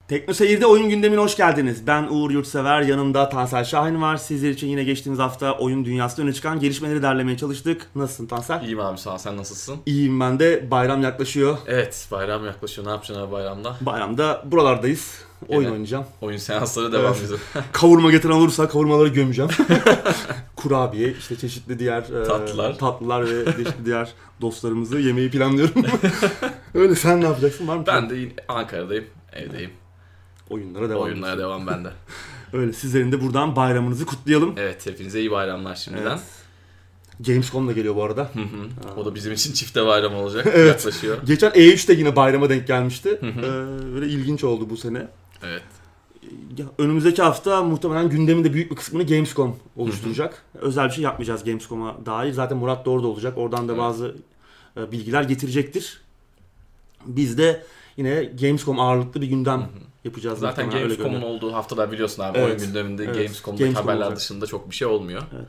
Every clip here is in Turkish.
Tekno Seyir'de oyun gündemine hoş geldiniz. Ben Uğur Yurtsever, yanımda Tansel Şahin var. Sizler için yine geçtiğimiz hafta oyun dünyasında öne çıkan gelişmeleri derlemeye çalıştık. Nasılsın Tansel? İyiyim abi, sağ ol. Sen nasılsın? İyiyim ben de. Bayram yaklaşıyor. Evet, bayram yaklaşıyor. Ne yapacaksın abi bayramda? Bayramda buralardayız. Oyun oynayacağım. Oyun seansları devam ediyor. Kavurma getiren olursa kavurmaları gömeceğim. Kurabiye, işte çeşitli diğer tatlılar ve çeşitli diğer dostlarımızı yemeyi planlıyorum. Öyle, sen ne yapacaksın? Var mı? Ben de Ankara'dayım, evdeyim. Oyunlara devam bende. Öyle, sizlerin de buradan bayramınızı kutlayalım. Evet, hepinize iyi bayramlar şimdiden. Evet. Gamescom da geliyor bu arada. O da bizim için çifte bayram olacak. Evet. Yaklaşıyor. Geçen E3'te yine bayrama denk gelmişti. Böyle ilginç oldu bu sene. Evet. Önümüzdeki hafta muhtemelen gündemin de büyük bir kısmını Gamescom oluşturacak. Özel bir şey yapmayacağız Gamescom'a dair. Zaten Murat da orada olacak. Oradan da bazı bilgiler getirecektir. Biz de yine Gamescom ağırlıklı bir gündem yapacağız. Zaten Gamescom'un olduğu haftalar biliyorsun abi. Evet. Oyun gündeminde Gamescom'da haberler olacak. Dışında çok bir şey olmuyor. Evet.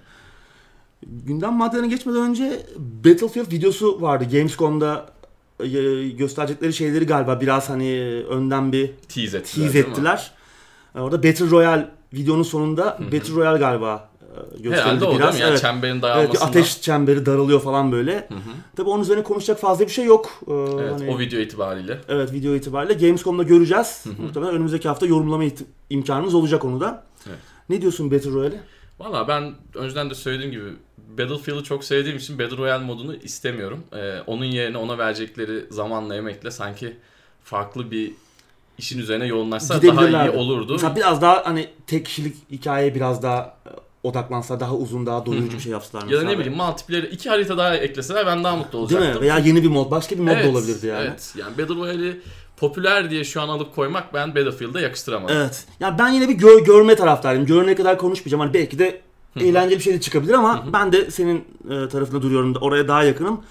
Gündem maddelerine geçmeden önce Battlefield videosu vardı. Gamescom'da gösterecekleri şeyleri galiba biraz hani önden bir tease ettiler. Orada Battle Royale videonun sonunda Battle Royale galiba gösterildi herhalde o biraz. Değil mi? Yani çemberin daralmasından. Evet, ateş çemberi daralıyor falan böyle. Tabii onun üzerine konuşacak fazla bir şey yok. Evet, hani, o video itibariyle. Evet, video itibariyle Gamescom'da göreceğiz. Muhtemelen önümüzdeki hafta yorumlama imkanımız olacak onu da. Evet. Ne diyorsun Battle Royale'e? Valla ben önceden de söylediğim gibi Battlefield'ı çok sevdiğim için Battle Royale modunu istemiyorum. Onun yerine ona verecekleri zamanla, emekle sanki farklı bir işin üzerine yoğunlaşsa daha iyi olurdu. Mesela biraz daha hani tek kişilik hikayeye biraz daha odaklansa, daha uzun, daha doyurucu bir şey yapsalar. Ya da ne bileyim multiplayer 2 harita daha ekleseler ben daha mutlu olacaktım. Değil mi? Veya yeni bir mod, başka bir mod da olabilirdi yani. Evet. Yani Battle Royale'i popüler diye şu an alıp koymak ben Battlefield'a yakıştıramadım. Evet. Ya ben yine bir görme taraftarıyım. Görene kadar konuşmayacağım. Hani belki de eğlenceli bir şey de çıkabilir ama ben de senin tarafında duruyorum. Oraya daha yakınım.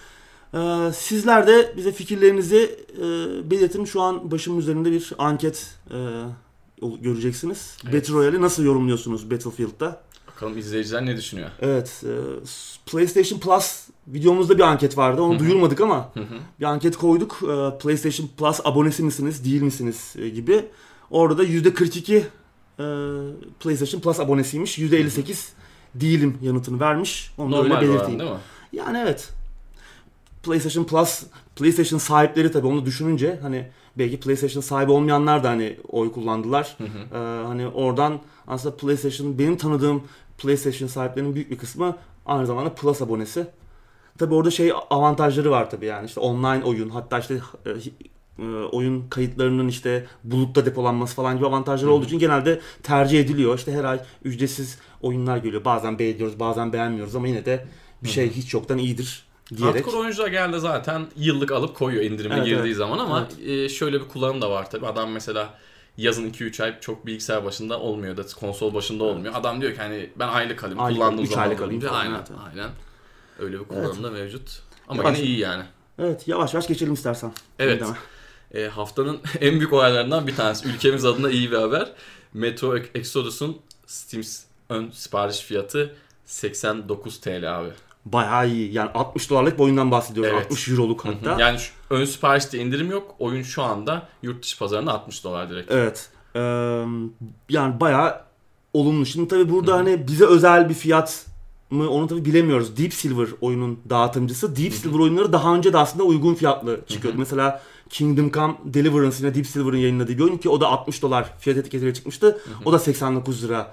Sizler de bize fikirlerinizi belirtin. Şu an başımın üzerinde bir anket göreceksiniz. Evet. Battle Royale'i nasıl yorumluyorsunuz Battlefield'da? Bakalım izleyiciler ne düşünüyor? Evet. PlayStation Plus videomuzda bir anket vardı. Onu duyurmadık ama bir anket koyduk. PlayStation Plus abonesi misiniz, değil misiniz gibi. Orada da %42 PlayStation Plus abonesiymiş. %58 değilim yanıtını vermiş. Onu da öyle belirteyim. Değil mi? Yani evet. PlayStation sahipleri tabii onu düşününce hani belki PlayStation sahibi olmayanlar da hani oy kullandılar. Hani oradan aslında PlayStation, benim tanıdığım PlayStation sahiplerinin büyük bir kısmı aynı zamanda Plus abonesi. Tabii orada avantajları var tabii yani işte online oyun, hatta işte oyun kayıtlarının işte bulutta depolanması falan gibi avantajları olduğu için genelde tercih ediliyor. İşte her ay ücretsiz oyunlar geliyor. Bazen beğeniyoruz, bazen beğenmiyoruz ama yine de bir şey hiç yoktan iyidir diyerek. Hardcore oyuncular genelde zaten yıllık alıp koyuyor indirime girdiği zaman ama şöyle bir kullanım da var tabii. Adam mesela yazın 2-3 ay çok bilgisayar başında olmuyor da konsol başında olmuyor. Adam diyor ki hani ben aylık alayım, kullandığım zaman olunca aynen. Öyle bir kullanım da mevcut. Ama yine iyi yani. Evet, yavaş yavaş geçelim istersen. Evet. Haftanın en büyük olaylarından bir tanesi. Ülkemiz adına iyi bir haber. Metro Exodus'un Steam ön sipariş fiyatı 89 TL abi. Bayağı iyi. Yani $60'lık bir oyundan bahsediyoruz. Evet. 60 euroluk hatta. Yani ön siparişte indirim yok. Oyun şu anda yurt dışı pazarında $60 direkt. Evet. Yani bayağı olumlu. Şimdi tabii burada hani bize özel bir fiyat mı onu tabii bilemiyoruz. Deep Silver oyunun dağıtımcısı. Deep Silver oyunları daha önce de aslında uygun fiyatlı çıkıyordu. Mesela Kingdom Come Deliverance yine Deep Silver'ın yayınladığı bir oyun ki o da $60 fiyat etiketiyle çıkmıştı. O da 89 lira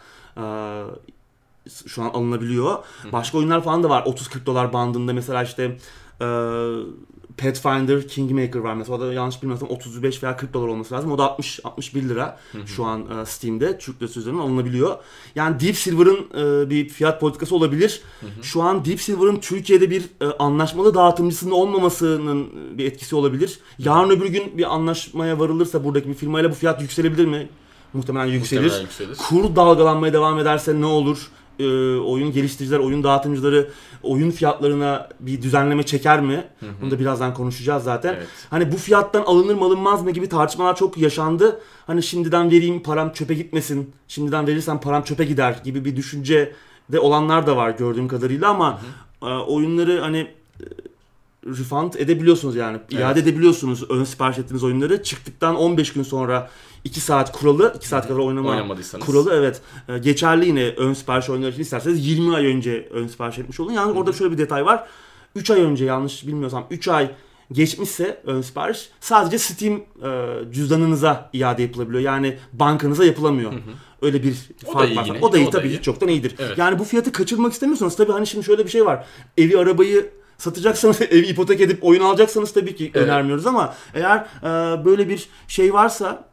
şu an alınabiliyor. Başka oyunlar falan da var. $30-40 bandında mesela işte Pathfinder Kingmaker var mesela. O da yanlış bilmiyorsam 35 veya $40 olması lazım. O da 60-61 lira şu an Steam'de Türk lirası üzerinden alınabiliyor. Yani Deep Silver'ın bir fiyat politikası olabilir. Şu an Deep Silver'ın Türkiye'de bir anlaşmalı dağıtımcısının olmamasının bir etkisi olabilir. Yarın öbür gün bir anlaşmaya varılırsa buradaki bir firmayla bu fiyat yükselebilir mi? Muhtemelen yükselir. Kur dalgalanmaya devam ederse ne olur? Oyun geliştiriciler, oyun dağıtımcıları oyun fiyatlarına bir düzenleme çeker mi? Bunu da birazdan konuşacağız zaten. Evet. Hani bu fiyattan alınır mı alınmaz mı gibi tartışmalar çok yaşandı. Hani şimdiden vereyim param çöpe gitmesin, şimdiden verirsem param çöpe gider gibi bir düşünce de olanlar da var gördüğüm kadarıyla ama oyunları hani refund edebiliyorsunuz yani. İade edebiliyorsunuz ön sipariş ettiğiniz oyunları. Çıktıktan 15 gün sonra 2 saat kuralı, 2 saat kadar oynama kuralı evet geçerli yine ön sipariş oyunları için isterseniz 20 ay önce ön sipariş etmiş olun. Yani orada şöyle bir detay var. 3 ay önce yanlış bilmiyorsam 3 ay geçmişse ön sipariş sadece Steam cüzdanınıza iade yapılabiliyor. Yani bankanıza yapılamıyor. Öyle bir fark var. O da iyi tabii hiç çoktan iyidir. Evet. Yani bu fiyatı kaçırmak istemiyorsanız tabii hani şimdi şöyle bir şey var. Evi arabayı satacaksanız, evi ipotek edip oyun alacaksanız tabii ki önermiyoruz ama eğer böyle bir şey varsa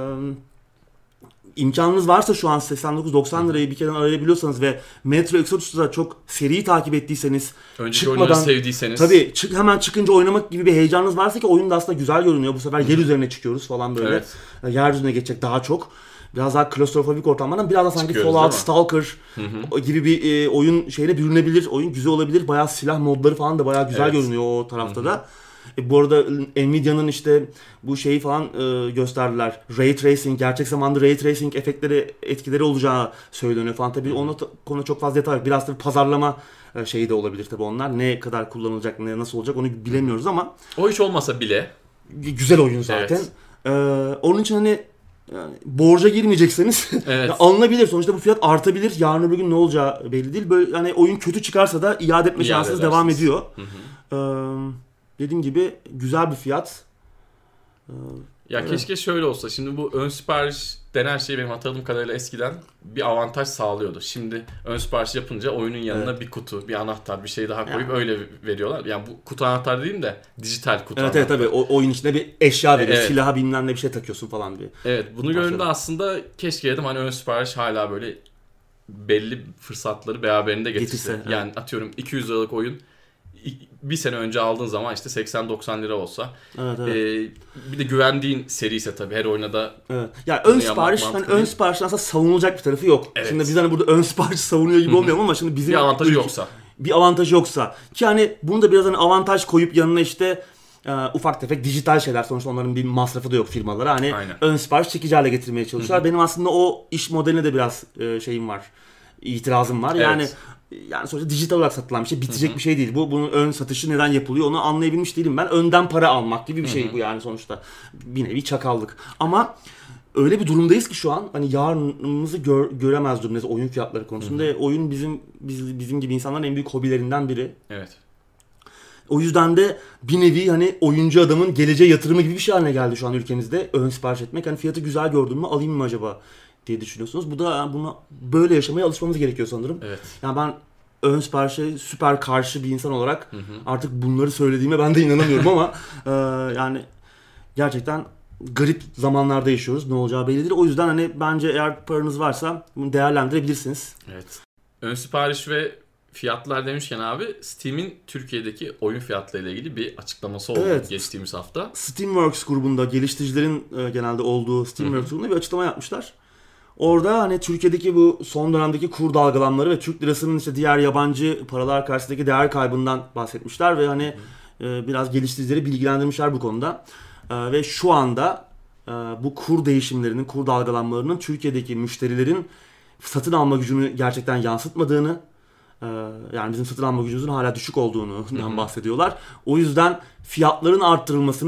imkanınız varsa şu an 89-90 lirayı bir kere arayabiliyorsanız ve Metro Exodus'da çok seriyi takip ettiyseniz önceki oyunları sevdiyseniz tabii hemen çıkınca oynamak gibi bir heyecanınız varsa ki oyun da aslında güzel görünüyor. Bu sefer yer üzerine çıkıyoruz falan böyle. Evet. Yeryüzüne geçecek daha çok. Biraz daha klostrofobik ortamlardan biraz daha sanki Fallout, Stalker gibi bir oyun şeyle bürünebilir. Oyun güzel olabilir. Bayağı silah modları falan da bayağı güzel görünüyor o tarafta da. Bu arada Nvidia'nın işte bu şeyi falan gösterdiler. Ray Tracing, gerçek zamanlı Ray Tracing etkileri olacağı söyleniyor falan. Tabii onun konuda çok fazla detay yok. Biraz da pazarlama şeyi de olabilir tabii onlar. Ne kadar kullanılacak, nasıl olacak onu bilemiyoruz ama. O hiç olmasa bile. Güzel oyun zaten. Evet. Onun için hani yani borca girmeyecekseniz alınabilir. Sonuçta bu fiyat artabilir. Yarın öbür gün ne olacağı belli değil. Böyle hani oyun kötü çıkarsa da iade etme şansınız devam ediyor. Dediğim gibi güzel bir fiyat. Ya keşke şöyle olsa. Şimdi bu ön sipariş denen şey benim hatırladığım kadarıyla eskiden bir avantaj sağlıyordu. Şimdi ön sipariş yapınca oyunun yanına bir kutu, bir anahtar, bir şey daha koyup öyle veriyorlar. Yani bu kutu anahtar değil de dijital kutu anahtar. Evet tabii. Oyun içinde bir eşya veriyor. Silaha bilmem ne bir şey takıyorsun falan diye. Evet. Bunu gördüğümde aslında keşke dedim hani ön sipariş hala böyle belli fırsatları beraberinde getirse. Yani atıyorum 200 liralık oyun bir sene önce aldığın zaman işte 80-90 lira olsa. Bir de güvendiğin seri ise tabii her oyuna da. Evet. Ya ön sipariş, hani ön siparişin aslında savunulacak bir tarafı yok. Evet. Şimdi biz hani burada ön sipariş savunuyor gibi olmuyor ama şimdi bizim bir avantajı yoksa. Bir avantajı yoksa ki hani bunu da biraz hani avantaj koyup yanına işte ufak tefek dijital şeyler, sonuçta onların bir masrafı da yok firmalara. Hani ön sipariş çekici hale getirmeye çalışıyorlar. Benim aslında o iş modeline de biraz şeyim var. İtirazım var. Evet. Yani sonuçta dijital olarak satılan bir şey, bitecek bir şey değil. Bunun ön satışı neden yapılıyor onu anlayabilmiş değilim ben. Önden para almak gibi bir şey bu yani sonuçta. Bir nevi çakallık. Ama öyle bir durumdayız ki şu an hani yarınımızı göremez durumdayız oyun fiyatları konusunda. Oyun bizim gibi insanların en büyük hobilerinden biri. Evet. O yüzden de bir nevi hani oyuncu adamın geleceğe yatırımı gibi bir şey haline geldi şu an ülkemizde. Ön sipariş etmek. Hani fiyatı güzel gördüm mü alayım mı acaba diye düşünüyorsunuz. Bu da buna böyle yaşamaya alışmamız gerekiyor sanırım. Evet. Yani ben ön siparişe süper karşı bir insan olarak artık bunları söylediğime ben de inanamıyorum ama yani gerçekten garip zamanlarda yaşıyoruz. Ne olacağı belli değil. O yüzden hani bence eğer paranız varsa bunu değerlendirebilirsiniz. Evet. Ön sipariş ve fiyatlar demişken abi Steam'in Türkiye'deki oyun fiyatlarıyla ilgili bir açıklaması oldu geçtiğimiz hafta. Steamworks grubunda geliştiricilerin genelde olduğu Steamworks grubunda bir açıklama yapmışlar. Orada hani Türkiye'deki bu son dönemdeki kur dalgalanmaları ve Türk lirasının işte diğer yabancı paralar karşısındaki değer kaybından bahsetmişler ve hani biraz geliştiricileri bilgilendirmişler bu konuda. Ve şu anda bu kur değişimlerinin, kur dalgalanmalarının Türkiye'deki müşterilerin satın alma gücünü gerçekten yansıtmadığını, yani bizim satın alma gücümüzün hala düşük olduğundan bahsediyorlar. O yüzden fiyatların arttırılmasını,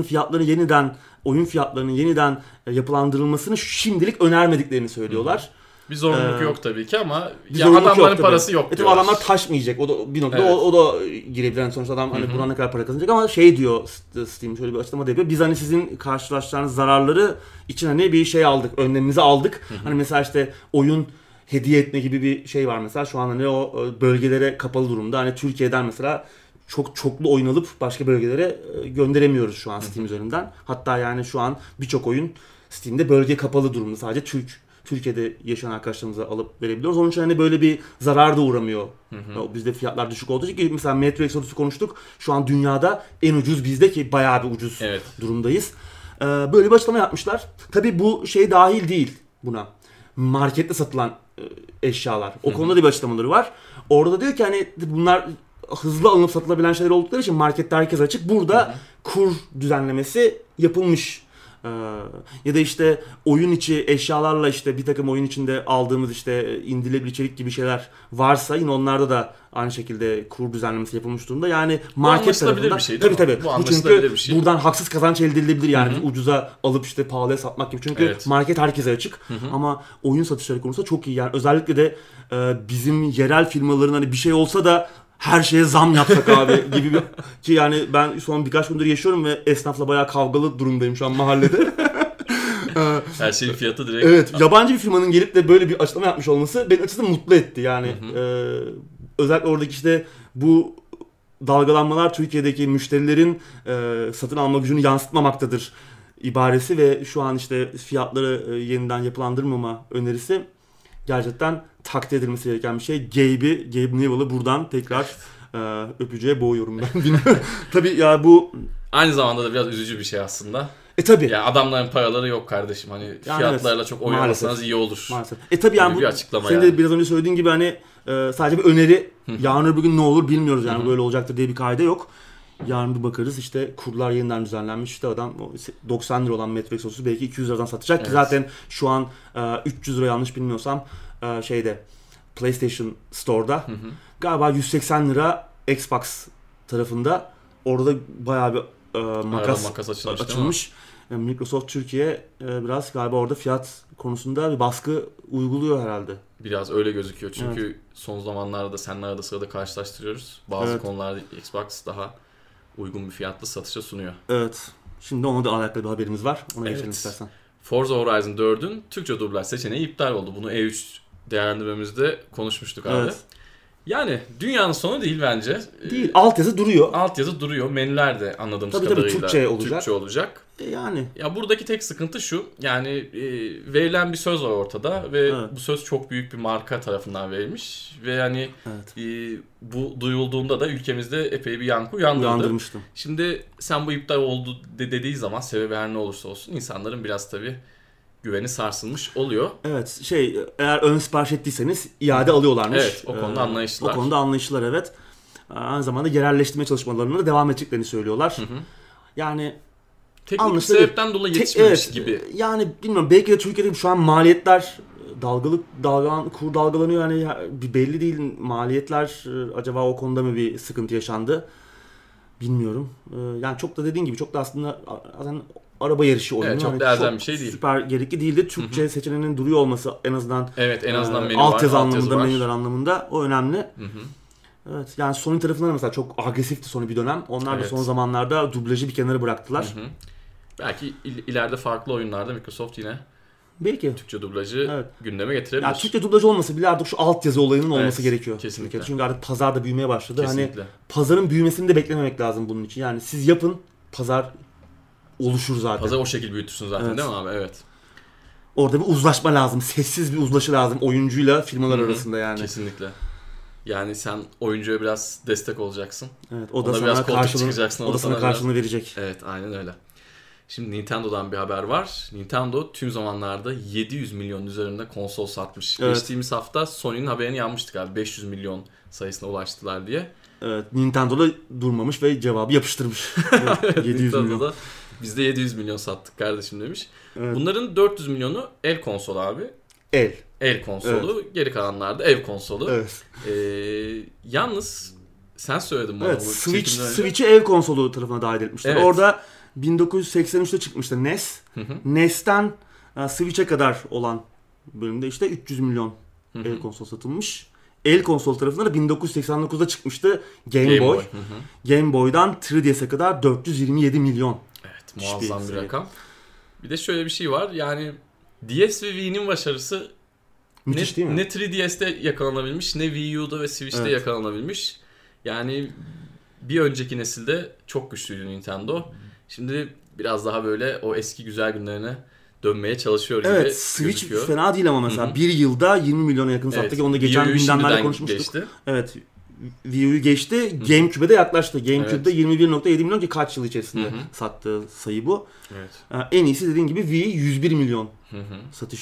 oyun fiyatlarının yeniden yapılandırılmasını şimdilik önermediklerini söylüyorlar. Bir zorunluluk yok tabii ki ama ya adamların parası yok diyorlar. Adamlar taşmayacak. O da bir noktada o da girebilir. Yani sonuçta adam hani buradan ne kadar para kazanacak ama şey diyor Steam, şöyle bir açıklama da yapıyor. Biz hani sizin karşılaşacağınız zararları için hani bir şey aldık, önlemimizi aldık. Hani mesela işte oyun hediye etme gibi bir şey var mesela. Şu an hani o bölgelere kapalı durumda. Hani Türkiye'den mesela çoklu oyun alıp başka bölgelere gönderemiyoruz şu an Steam üzerinden. Hatta yani şu an birçok oyun Steam'de bölge kapalı durumda. Sadece Türkiye'de yaşayan arkadaşlarımıza alıp verebiliyoruz. Onun için hani böyle bir zarar da uğramıyor. Bizde fiyatlar düşük olduğu için. Mesela Metro Exodus'u konuştuk. Şu an dünyada en ucuz bizde ki bayağı bir ucuz durumdayız. Böyle bir açıklama yapmışlar. Tabii bu şey dahil değil buna. Markette satılan eşyalar. O konuda da bir açıklamaları var. Orada diyor ki hani bunlar hızlı alınıp satılabilen şeyler oldukları için markette herkes açık. Burada kur düzenlemesi yapılmış Ya da işte oyun içi eşyalarla işte bir takım oyun içinde aldığımız işte indirilebilir içerik gibi şeyler varsa yine onlarda da aynı şekilde kur düzenlemesi yapılmış durumda. Yani market tarafından bir şey değil tabii. Bu çünkü bir şey. buradan haksız kazanç elde edilebilir yani ucuza alıp işte pahalıya satmak gibi. Çünkü market herkese açık. Ama oyun satışları konusunda çok iyi. Yani özellikle de bizim yerel firmaların hani bir şey olsa da her şeye zam yapsak abi gibi bir ki yani ben son birkaç gündür yaşıyorum ve esnafla bayağı kavgalı durumdayım şu an mahallede. Her şeyin fiyatı direkt. Evet, yabancı bir firmanın gelip de böyle bir açıklama yapmış olması beni açıkçası mutlu etti. Yani özellikle oradaki işte bu dalgalanmalar Türkiye'deki müşterilerin satın alma gücünü yansıtmamaktadır ibaresi ve şu an işte fiyatları yeniden yapılandırmama önerisi gerçekten takdir edilmesi gereken bir şey. Gabe Newell'ı buradan tekrar öpücüğe boğuyorum ben. Bilmiyorum. Tabii ya bu aynı zamanda da biraz üzücü bir şey aslında. Tabii. Ya adamların paraları yok kardeşim. Hani yani fiyatlarla çok oynamasanız iyi olur. Maalesef. Tabii yani bu bir açıklama senin de biraz önce söylediğin gibi hani sadece bir öneri. Yarın öbür gün ne olur bilmiyoruz yani böyle olacaktır diye bir kaide yok. Yarın bir bakarız işte kurlar yeniden düzenlenmiş. İşte adam 90 lira olan Metro Exodus'u belki 200 liradan satacak ki zaten şu an 300 lira yanlış bilmiyorsam şeyde PlayStation Store'da galiba 180 lira Xbox tarafında. Orada bayağı bir makas açılmış. Microsoft Türkiye biraz galiba orada fiyat konusunda bir baskı uyguluyor herhalde. Biraz öyle gözüküyor çünkü son zamanlarda seninle arada sırada karşılaştırıyoruz. Bazı konularda Xbox daha uygun bir fiyatla satışa sunuyor. Evet. Şimdi ona da alakalı bir haberimiz var. Ona geçelim istersen. Forza Horizon 4'ün Türkçe dublaj seçeneği iptal oldu. Bunu E3 değerlendirmemizde konuşmuştuk abi. Evet. Yani dünyanın sonu değil bence. Değil. Altyazı duruyor. Altyazı duruyor. Menüler de anladığımız kadarıyla Türkçe olacak. Yani. Ya buradaki tek sıkıntı şu. Yani verilen bir söz var ortada ve bu söz çok büyük bir marka tarafından verilmiş ve yani bu duyulduğunda da ülkemizde epey bir yankı uyandırmıştı. Şimdi sen bu iptal oldu dediği zaman sebebi her ne olursa olsun insanların biraz tabii güveni sarsılmış oluyor. Evet, eğer ön sipariş ettiyseniz iade alıyorlarmış. Evet, o konuda anlayışlılar. O konuda anlayışlılar, evet. Aynı zamanda yerelleştirme çalışmalarına da devam edeceklerini söylüyorlar. Yani teknik bir sebepten dolayı yetişmemiş gibi. Yani bilmiyorum, belki de Türkiye'de şu an maliyetler kur dalgalanıyor yani belli değil, maliyetler acaba o konuda mı bir sıkıntı yaşandı? Bilmiyorum. Yani çok da dediğin gibi çok da aslında araba yarışı oyunu. Evet, çok da elzem bir şey değil. Süper gerekli değildi. Türkçe seçeneğinin duruyor olması en azından. Evet, en azından menü altyazı anlamında, menüler anlamında o önemli. Evet, yani Sony tarafından mesela çok agresifti Sony bir dönem. Onlar da son zamanlarda dublajı bir kenara bıraktılar. Belki ileride farklı oyunlarda Microsoft yine belki Türkçe dublajı gündeme getirebilir. Yani Türkçe dublajı olmasa bile artık şu altyazı olayının olması gerekiyor. Kesinlikle. Çünkü artık pazar da büyümeye başladı. Kesinlikle. Hani pazarın büyümesini de beklememek lazım bunun için. Yani siz yapın, pazar oluşur zaten. Pazar o şekilde büyütürsün zaten değil mi abi? Evet. Orada bir uzlaşma lazım. Sessiz bir uzlaşı lazım oyuncuyla firmalar arasında yani. Kesinlikle. Yani sen oyuncuya biraz destek olacaksın. Evet, o da sana karşılığını verecek. Evet, aynen öyle. Şimdi Nintendo'dan bir haber var. Nintendo tüm zamanlarda 700 milyon üzerinde konsol satmış. Evet. Geçtiğimiz hafta Sony'nin haberini yapmıştık abi. 500 milyon sayısına ulaştılar diye. Evet, Nintendo'da durmamış ve cevabı yapıştırmış. Evet, 700 milyon. Biz de 700 milyon sattık kardeşim demiş. Evet. Bunların 400 milyonu el konsolu abi. El konsolu. Evet. Geri kalanlar da ev konsolu. Evet. Yalnız sen söyledin bana. Evet, Switch'i ev konsolu tarafına dahil etmişler. Evet. Orada 1983'te çıkmıştı NES. NES'ten Switch'e kadar olan bölümde işte 300 milyon el konsol satılmış. El konsol tarafında da 1989'da çıkmıştı Game Boy. Game Boy'dan 3DS'e kadar 427 milyon. Evet, muazzam bir rakam. Bir de şöyle bir şey var. Yani DS ve Wii'nin başarısı müthiş değil mi? Ne 3DS'te yakalanabilmiş, ne Wii U'da ve Switch'te yakalanabilmiş. Yani bir önceki nesilde çok güçlüydü Nintendo. Şimdi biraz daha böyle o eski güzel günlerine dönmeye çalışıyor gibi gözüküyor. Evet, Switch fena değil ama mesela bir yılda 20 milyona yakın sattı ki onu da geçen gündemlerle konuşmuştuk. Geçti. Evet, Wii U'yu geçti. GameCube'e de yaklaştı. GameCube'da 21.7 milyon ki kaç yıl içerisinde sattığı sayı bu. Evet. En iyisi dediğin gibi Wii 101 milyon satış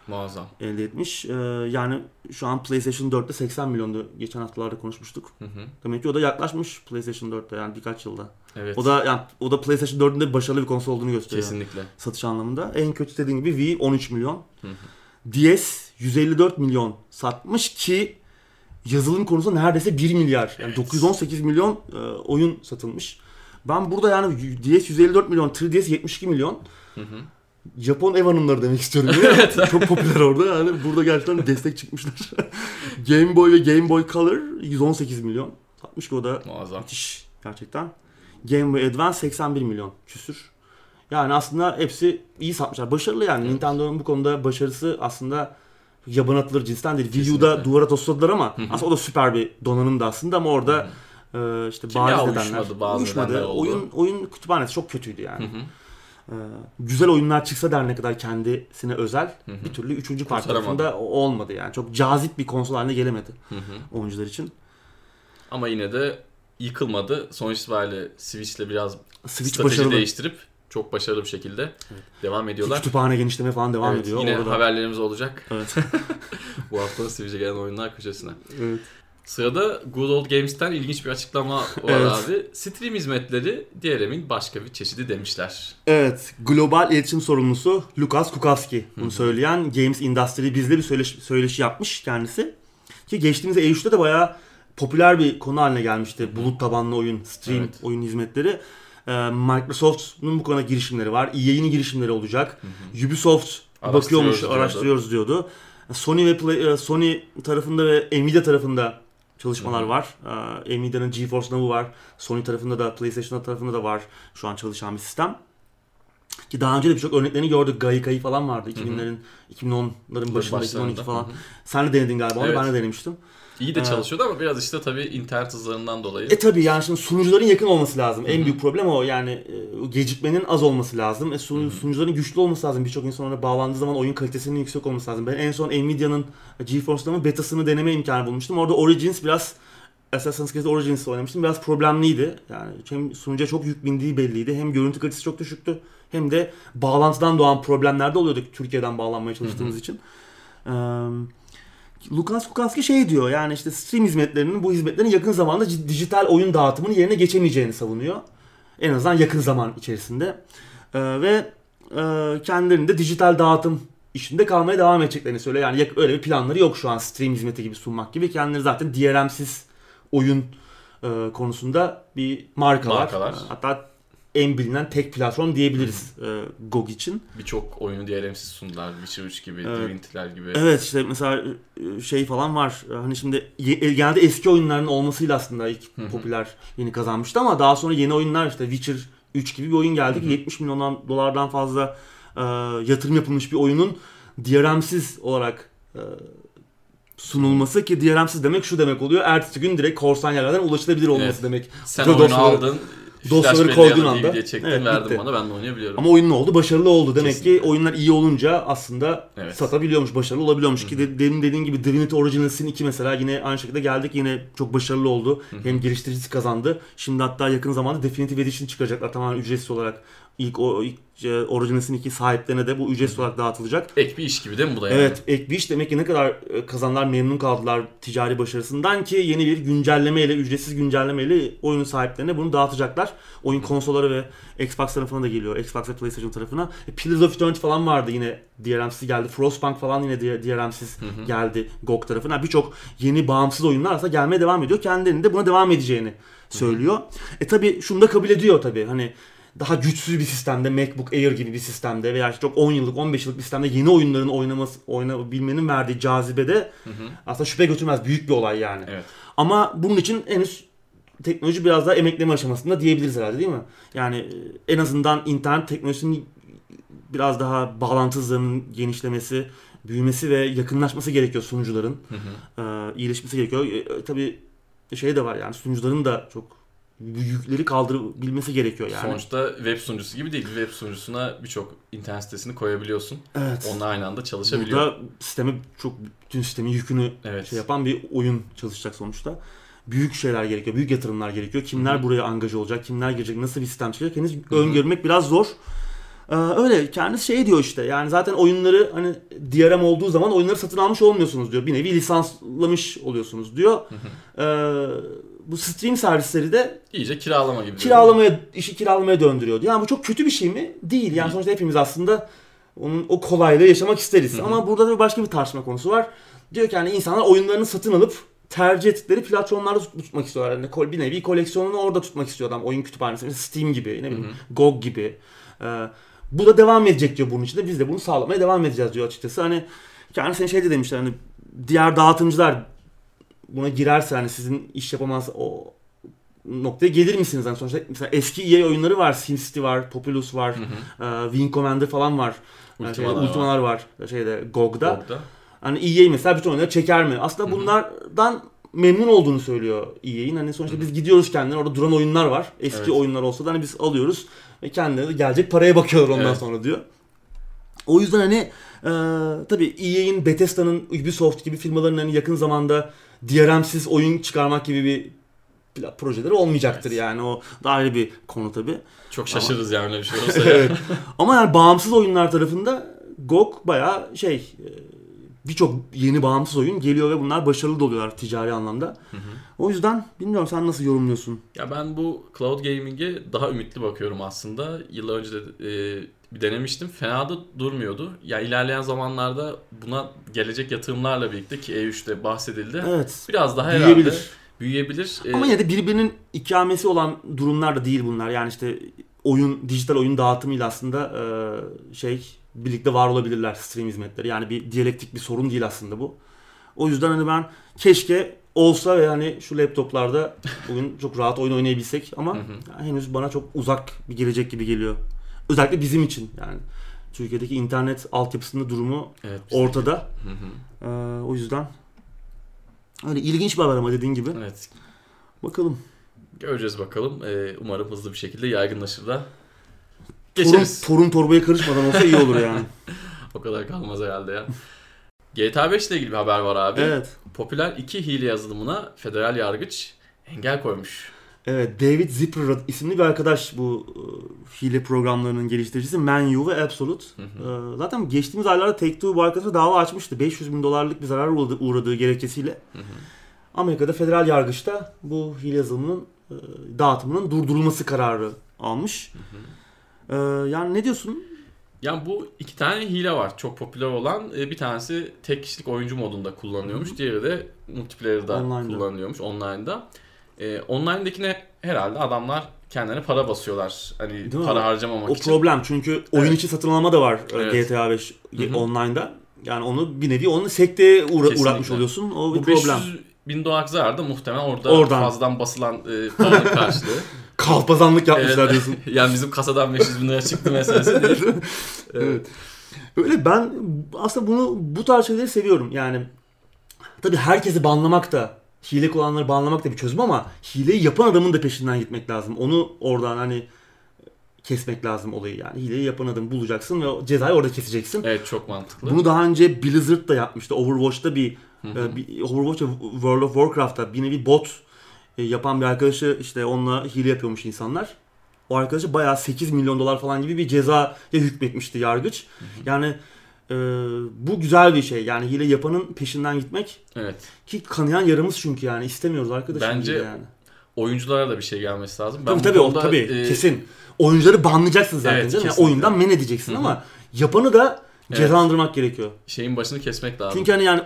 Muazzam. elde etmiş. Yani şu an PlayStation 4'te 80 milyondu. Geçen haftalarda konuşmuştuk. Demek ki o da yaklaşmış PlayStation 4'te yani birkaç yılda. Evet. O da PlayStation 4'ün de başarılı bir konsol olduğunu gösteriyor. Kesinlikle. Satış anlamında. En kötü dediğim gibi Wii 13 milyon. DS 154 milyon satmış ki yazılım konusunda neredeyse 1 milyar. Yani 918 milyon oyun satılmış. Ben burada yani DS 154 milyon, 3DS 72 milyon. Japon ev hanımları demek istiyorum. Evet. Çok popüler orada. Yani burada gerçekten destek çıkmışlar. Game Boy ve Game Boy Color 118 milyon satmış ki o da müthiş gerçekten. Game Boy Advance 81 milyon küsür. Yani aslında hepsi iyi satmışlar. Başarılı yani. Evet. Nintendo'nun bu konuda başarısı aslında yaban atılır cinsten değil. Wii U'da duvara tosladılar ama aslında o da süper bir donanımdı aslında ama orada işte bazı nedenler uyuşmadı. Oyun kütüphanesi çok kötüydü yani. Güzel oyunlar çıksa der ne kadar kendisine özel bir türlü 3. parti tarafında olmadı yani. Çok cazip bir konsol haline gelemedi oyuncular için. Ama yine de yıkılmadı. Sonuç itibariyle Switch'le biraz strateji değiştirip çok başarılı bir şekilde devam ediyorlar. Kütüphane genişleme falan devam ediyor. Yine orada haberlerimiz olacak. Evet. Bu hafta Switch'e gelen oyunlar köşesine. Evet. Sırada Good Old Games'ten ilginç bir açıklama var abi. Stream hizmetleri DRM'in başka bir çeşidi demişler. Evet. Global iletişim sorumlusu Lukas Kukowski bunu söyleyen Games Industry bizle bir söyleşi yapmış kendisi. Ki geçtiğimiz E3'te de bayağı popüler bir konu haline gelmişti. Bulut tabanlı oyun, stream oyun hizmetleri. Microsoft'un bu konuda girişimleri var. EA'nin girişimleri olacak. Ubisoft bakıyormuş, araştırıyoruz diyordu. Sony tarafında ve Nvidia tarafında çalışmalar var. Nvidia'nın GeForce Now'u var. Sony tarafında da, PlayStation tarafında da var şu an çalışan bir sistem. Ki daha önce de birçok örneklerini gördük. Gaikai falan vardı 2010'ların başında, 2012 falan. Sen de denedin galiba onu, ben de denemiştim. İyi de çalışıyordu ama biraz işte tabii internet hızlarından dolayı. Tabii yani şimdi sunucuların yakın olması lazım. En büyük problem o yani gecikmenin az olması lazım. Sunucuların güçlü olması lazım. Birçok insan ona bağlandığı zaman oyun kalitesinin yüksek olması lazım. Ben en son Nvidia'nın GeForce Now'ın betasını deneme imkanı bulmuştum. Orada Origins biraz Assassin's Creed Origins'i oynamıştım. Biraz problemliydi. Yani hem sunucuya çok yük bindiği belliydi. Hem görüntü kalitesi çok düşüktü. Hem de bağlantıdan doğan problemler de oluyordu Türkiye'den bağlanmaya çalıştığımız için. Lukas Kukowski diyor yani işte stream hizmetlerinin bu hizmetlerin yakın zamanda dijital oyun dağıtımının yerine geçemeyeceğini savunuyor. En azından yakın zaman içerisinde. Ve kendilerinin de dijital dağıtım işinde kalmaya devam edeceklerini söylüyor. Yani öyle bir planları yok şu an stream hizmeti gibi sunmak gibi. Kendileri zaten DRM'siz oyun konusunda bir markalar. Hatta en bilinen tek platform diyebiliriz GOG için. Birçok oyunu DRM'siz sundular. Witcher 3 gibi, Divinity'ler gibi. Evet işte mesela falan var. Hani şimdi genelde eski oyunların olmasıyla aslında ilk popülerliğini kazanmıştı ama daha sonra yeni oyunlar işte Witcher 3 gibi bir oyun geldi ki 70 milyon dolardan fazla yatırım yapılmış bir oyunun DRM'siz olarak sunulması ki DRM'siz demek şu demek oluyor. Ertesi gün direkt korsan yerlerden ulaşılabilir olması demek. Sen oyunu aldın. Dosyaları koyduğun anda çektim, verdim bitti. Bana, ben de oynayabiliyorum. Ama oyunun oldu, başarılı oldu. Demek ki oyunlar iyi olunca aslında satabiliyormuş, başarılı olabiliyormuş. Ki demin dediğin gibi Divinity Original Sin 2 mesela yine aynı şekilde geldik, yine çok başarılı oldu. Hem geliştiricisi kazandı. Şimdi hatta yakın zamanda Definitive Edition çıkacaklar tamamen ücretsiz olarak. İlk Original Sin 2 sahiplerine de bu ücretsiz olarak dağıtılacak. Ek bir iş gibi değil mi bu da yani? Evet, ek bir iş. Demek ki ne kadar kazanlar, memnun kaldılar ticari başarısından ki yeni bir güncellemeyle, ücretsiz güncellemeyle oyunun sahiplerine bunu dağıtacaklar. Oyun konsolları ve Xbox tarafına da geliyor. Xbox ve PlayStation tarafına. Pillars of Eternity falan vardı yine DRM'siz geldi. Frostpunk falan yine DRM'siz geldi GOG tarafına. Birçok yeni bağımsız oyunlar aslında gelmeye devam ediyor. Kendilerinin de buna devam edeceğini söylüyor. Tabii şunu da kabul ediyor tabii. Hani daha güçsüz bir sistemde, MacBook Air gibi bir sistemde veya çok 10 yıllık, 15 yıllık bir sistemde yeni oyunların oynayabilmenin verdiği cazibede aslında şüphe götürmez. Büyük bir olay yani. Evet. Ama bunun için henüz teknoloji biraz daha emekleme aşamasında diyebiliriz herhalde, değil mi? Yani en azından internet teknolojisinin biraz daha bağlantı hızlarının genişlemesi, büyümesi ve yakınlaşması gerekiyor sunucuların. İyileşmesi gerekiyor. Tabii de var yani sunucuların da çok yükleri kaldırabilmesi gerekiyor yani. Sonuçta web sunucusu gibi değil. Web sunucusuna birçok internet sitesini koyabiliyorsun. Evet. Onlar aynı anda çalışabiliyor. Burada bütün sistemin yükünü yapan bir oyun çalışacak sonuçta. Büyük şeyler gerekiyor, büyük yatırımlar gerekiyor. Kimler buraya angaja olacak, kimler gelecek, nasıl bir sistem çıkacak henüz öngörmek biraz zor. Öyle kendisi şey diyor işte, yani zaten oyunları hani DRM olduğu zaman oyunları satın almış olmuyorsunuz diyor. Bir nevi lisanslamış oluyorsunuz diyor. Bu stream servisleri de iyice kiralama gibi. İşi kiralamaya döndürüyor. Yani bu çok kötü bir şey mi? Değil. Yani sonuçta hepimiz aslında o kolaylığı yaşamak isteriz. Ama burada da başka bir tartışma konusu var. Diyor ki yani insanlar oyunlarını satın alıp tercih ettikleri platformlarda tutmak istiyorlar. Yani bir nevi koleksiyonunu orada tutmak istiyor adam. Oyun kütüphanesi, mesela Steam gibi, ne bileyim, GOG gibi. Bu da devam edecek diyor bunun içinde. Biz de bunu sağlamaya devam edeceğiz diyor açıkçası. Hani kendisine şey de demişler, hani diğer dağıtımcılar buna girerse hani sizin iş yapamaz o noktaya gelir misiniz? Yani sonuçta mesela eski EA oyunları var. SimCity var, Populous var, Wing Commander falan var. Ultimalar var GOG'da. Hani EA mesela bütün oyunları çeker mi? Aslında bunlardan memnun olduğunu söylüyor EA'in. Hani sonuçta biz gidiyoruz kendilerine, orada duran oyunlar var. Eski oyunlar olsa da hani biz alıyoruz ve kendilerine gelecek paraya bakıyorlar ondan sonra diyor. O yüzden hani tabii EA'in, Bethesda'nın, Ubisoft gibi firmaların hani yakın zamanda DRM'siz oyun çıkarmak gibi bir projeleri olmayacaktır yani. O da ayrı bir konu tabii. Çok şaşırırız yani öyle bir şey olsa. Evet. Ama yani bağımsız oyunlar tarafında GOG bayağı birçok yeni bağımsız oyun geliyor ve bunlar başarılı da oluyorlar ticari anlamda. O yüzden bilmiyorum, sen nasıl yorumluyorsun? Ya ben bu cloud gaming'e daha ümitli bakıyorum aslında. Yıllar önce de bir denemiştim. Fena da durmuyordu. Ya ilerleyen zamanlarda buna gelecek yatırımlarla birlikte, ki E3'te bahsedildi. Evet. Biraz daha herhalde büyüyebilir. Ama yine de birbirinin ikamesi olan durumlar da değil bunlar. Yani işte dijital oyun dağıtımıyla aslında birlikte var olabilirler stream hizmetleri. Yani bir diyalektik bir sorun değil aslında bu. O yüzden hani ben keşke olsa ve hani şu laptoplarda bugün çok rahat oyun oynayabilsek ama henüz bana çok uzak bir gelecek gibi geliyor. Özellikle bizim için yani. Türkiye'deki internet altyapısının durumu ortada. O yüzden öyle ilginç bir haber ama dediğin gibi. Evet. Bakalım. Göreceğiz bakalım. Umarım hızlı bir şekilde yaygınlaşır da geçeriz. Torun torbaya karışmadan olsa iyi olur yani. O kadar kalmaz herhalde ya. GTA 5 ile ilgili bir haber var abi. Evet. Popüler 2 hile yazılımına federal yargıç engel koymuş. Evet, David Zipper isimli bir arkadaş bu hile programlarının geliştiricisi. Man U ve Absolute. Zaten geçtiğimiz aylarda Take-Two bu arkadaşa dava açmıştı. $500,000 bir zarar uğradığı gerekçesiyle. Amerika'da federal yargıçta bu hile yazılımının dağıtımının durdurulması kararı almış. Yani ne diyorsun? Yani bu iki tane hile var çok popüler olan. Bir tanesi tek kişilik oyuncu modunda kullanılıyormuş. Diğeri de multiplayer'da kullanılıyormuş online'da. Online'dakine herhalde adamlar kendilerine para basıyorlar. Hani para harcamamak için. O problem, çünkü oyun içi satın alma da var GTA 5 online'da. Yani onu bir nevi onu sekteye uğratmış oluyorsun. O bir problem. $500,000 zarar da muhtemelen oradan fazladan basılan paranın karşılığı. Kalpazanlık yapmışlar diyorsun. Yani bizim kasadan 500 bin lira çıktı meselesi değil. Evet. Öyle, ben aslında bu tarz şeyleri seviyorum. Yani tabii herkesi banlamak da, hile kullananları banlamak da bir çözüm ama hileyi yapan adamın da peşinden gitmek lazım. Onu oradan hani kesmek lazım olayı yani. Hileyi yapan adamı bulacaksın ve cezayı orada keseceksin. Evet, çok mantıklı. Bunu daha önce Blizzard da yapmıştı. Overwatch'ta Overwatch ve World of Warcraft'ta bir nevi bot yapan bir arkadaşı, işte onunla hile yapıyormuş insanlar. O arkadaşı bayağı $8 milyon falan gibi bir cezaya hükmetmişti yargıç. Yani bu güzel bir şey. Yani hile yapanın peşinden gitmek. Evet. Ki kanayan yaramız çünkü yani. İstemiyoruz arkadaşım. Bence yani. Oyunculara da bir şey gelmesi lazım. Tabii kesin. Oyuncuları banlayacaksın zaten. Evet, yani oyundan men edeceksin ama yapanı da cezalandırmak gerekiyor. Şeyin başını kesmek lazım. Çünkü hani yani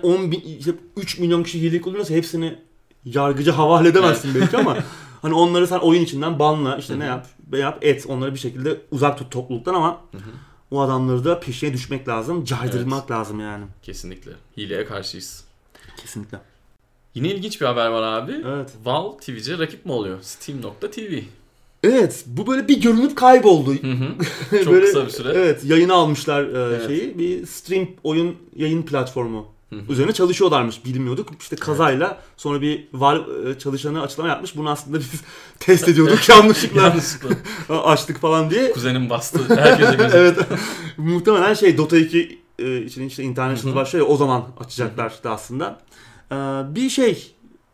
3 milyon kişi hile kullanıyorsa hepsini yargıca havale edemezsin belki ama hani onları sen oyun içinden banla, işte ne yap et, onları bir şekilde uzak tut topluluktan ama o adamları da peşine düşmek lazım, caydırmak lazım yani. Kesinlikle. Hileye karşıyız. Kesinlikle. Yine ilginç bir haber var abi. Evet. Valve Twitch'e rakip mi oluyor? Steam.tv. Evet, bu böyle bir görünüp kayboldu. Çok böyle, kısa bir süre. Evet, yayına almışlar bir stream oyun yayın platformu. Üzerine çalışıyorlarmış, bilmiyorduk. İşte kazayla sonra bir Valve çalışanı açıklama yapmış. Bunu aslında biz test ediyorduk yanlışlıkla. Açtık falan diye. Kuzenim bastı. Herkese gözüktü. Evet. Muhtemelen Dota 2 için International başlıyor ya, o zaman açacaklardı aslında. Bir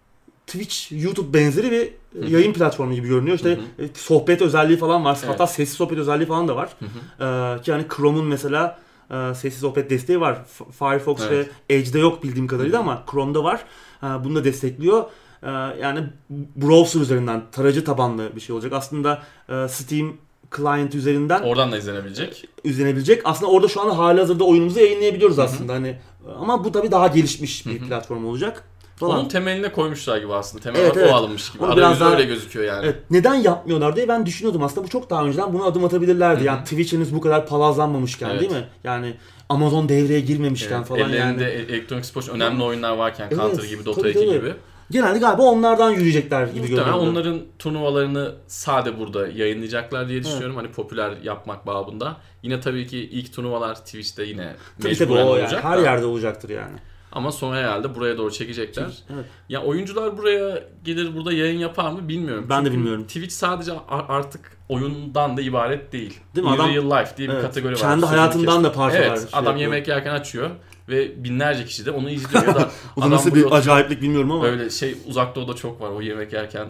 Twitch, YouTube benzeri bir yayın platformu gibi görünüyor. İşte sohbet özelliği falan var. Hatta sessiz sohbet özelliği falan da var. Ki hani Chrome'un mesela sessiz sohbet desteği var. Firefox ve Edge'de yok bildiğim kadarıyla ama Chrome'da var. Bunu da destekliyor. Yani browser üzerinden tarayıcı tabanlı bir şey olacak. Aslında Steam client üzerinden oradan da izlenebilecek. Aslında orada şu anda halihazırda oyunumuzu yayınlayabiliyoruz aslında. Hani ama bu tabii daha gelişmiş bir platform olacak. Falan. Onun temeline koymuşlar gibi aslında. Temel o alınmış gibi. Arayüzü öyle gözüküyor yani. Evet. Neden yapmıyorlar diye ben düşünüyordum aslında. Bu çok daha önceden buna adım atabilirlerdi. Yani Twitch henüz bu kadar palazlanmamışken değil mi? Yani Amazon devreye girmemişken falan ellerinde yani. Ellerinde elektronik spor önemli oyunlar varken Counter gibi, Dota 2 gibi. Genelde galiba onlardan yürüyecekler gibi görünüyor. Muhtemelen onların turnuvalarını sade burada yayınlayacaklar diye düşünüyorum. Hani popüler yapmak babında. Yine tabii ki ilk turnuvalar Twitch'te yine mecburen olacak. Yani, her yerde olacaktır yani. Ama sonra herhalde buraya doğru çekecekler. Evet. Ya oyuncular buraya gelir burada yayın yapar mı bilmiyorum. Ben de bilmiyorum. Twitch sadece artık oyundan da ibaret değil. Değil mi? Adam, Real life diye bir kategori var. Kendi hayatından da parçalar. Evet. Adam yemek yerken açıyor ve binlerce kişi de onu izliyor. Ya da o da nasıl bir acayiplik bilmiyorum ama. Böyle Uzak Doğu'da çok var. O yemek yerken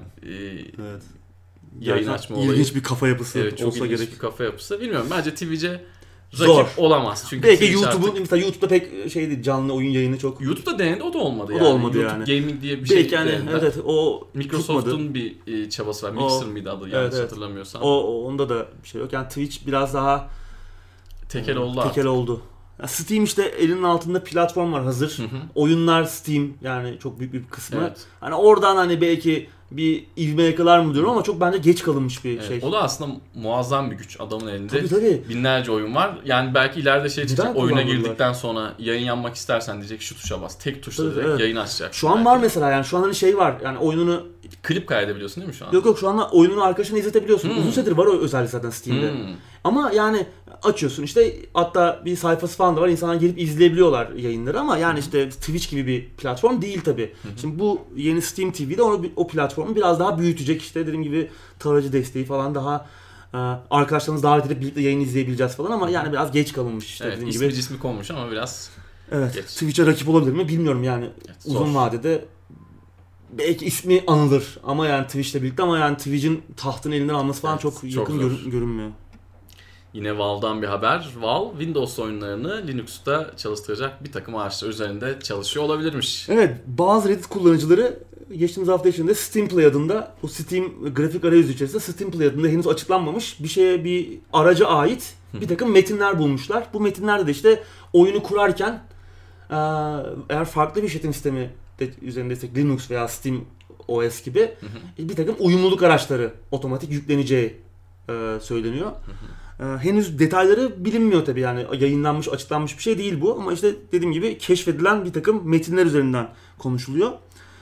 yayın açma olayı. İlginç bir kafa yapısı çok olsa ilginç gerek. Bir kafa yapısı. Bilmiyorum. Bence Twitch'e zor rakip olamaz. Çünkü belki YouTube'da pek canlı oyun yayını çok. YouTube'da denedi, o da olmadı yani. O da olmadı YouTube Gaming diye bir şey belki yani, evet o Microsoft'un bir çabası var. Mixer mıydı adı yanlış hatırlamıyorsam. Onda da bir şey yok. Yani Twitch biraz daha tekel oldu. Steam işte elinin altında platform var hazır. Oyunlar Steam yani çok büyük bir kısmı. Evet. Hani oradan hani belki bir ivme yakalar mı diyorum ama çok bence geç kalınmış bir şey. O da aslında muazzam bir güç adamın elinde. Tabii. Binlerce oyun var. Yani belki ileride çıkacak, oyuna girdikten sonra yayın yapmak istersen diyecek şu tuşa bas. Tek tuşla direkt yayın açacak. Şu an var mesela yani şu an hani var yani oyununu klip kaydedebiliyorsun değil mi şu an? Yok şu anda oyununu arkadaşına izletebiliyorsun. Uzun süredir var o özellik zaten Steam'de. Ama yani açıyorsun işte hatta bir sayfası falan da var. İnsanlar gelip izleyebiliyorlar yayınları ama yani işte Twitch gibi bir platform değil tabii. Şimdi bu yeni Steam TV'de o platformu biraz daha büyütecek işte dediğim gibi tarayıcı desteği falan daha arkadaşlarımız davet edip birlikte yayın izleyebileceğiz falan ama yani biraz geç kalınmış işte dediğim gibi. Cismi konmuş ama biraz geç. Twitch'e rakip olabilir mi bilmiyorum yani uzun vadede belki ismi anılır ama yani Twitch'le birlikte ama yani Twitch'in tahtını elinden alması falan çok yakın görünmüyor. Yine Valve'dan bir haber. Valve Windows oyunlarını Linux'ta çalıştıracak bir takım araçlar üzerinde çalışıyor olabilirmiş. Evet, bazı Reddit kullanıcıları geçtiğimiz hafta içinde Steam Play adında, bu Steam grafik arayüzü içerisinde Steam Play adında henüz açıklanmamış bir araca ait bir takım metinler bulmuşlar. Bu metinlerde de işte oyunu kurarken eğer farklı bir işletim sistemi üzerinde Linux veya Steam OS gibi bir takım uyumluluk araçları otomatik yükleneceği söyleniyor. Henüz detayları bilinmiyor tabii yani yayınlanmış, açıklanmış bir şey değil bu ama işte dediğim gibi keşfedilen bir takım metinler üzerinden konuşuluyor.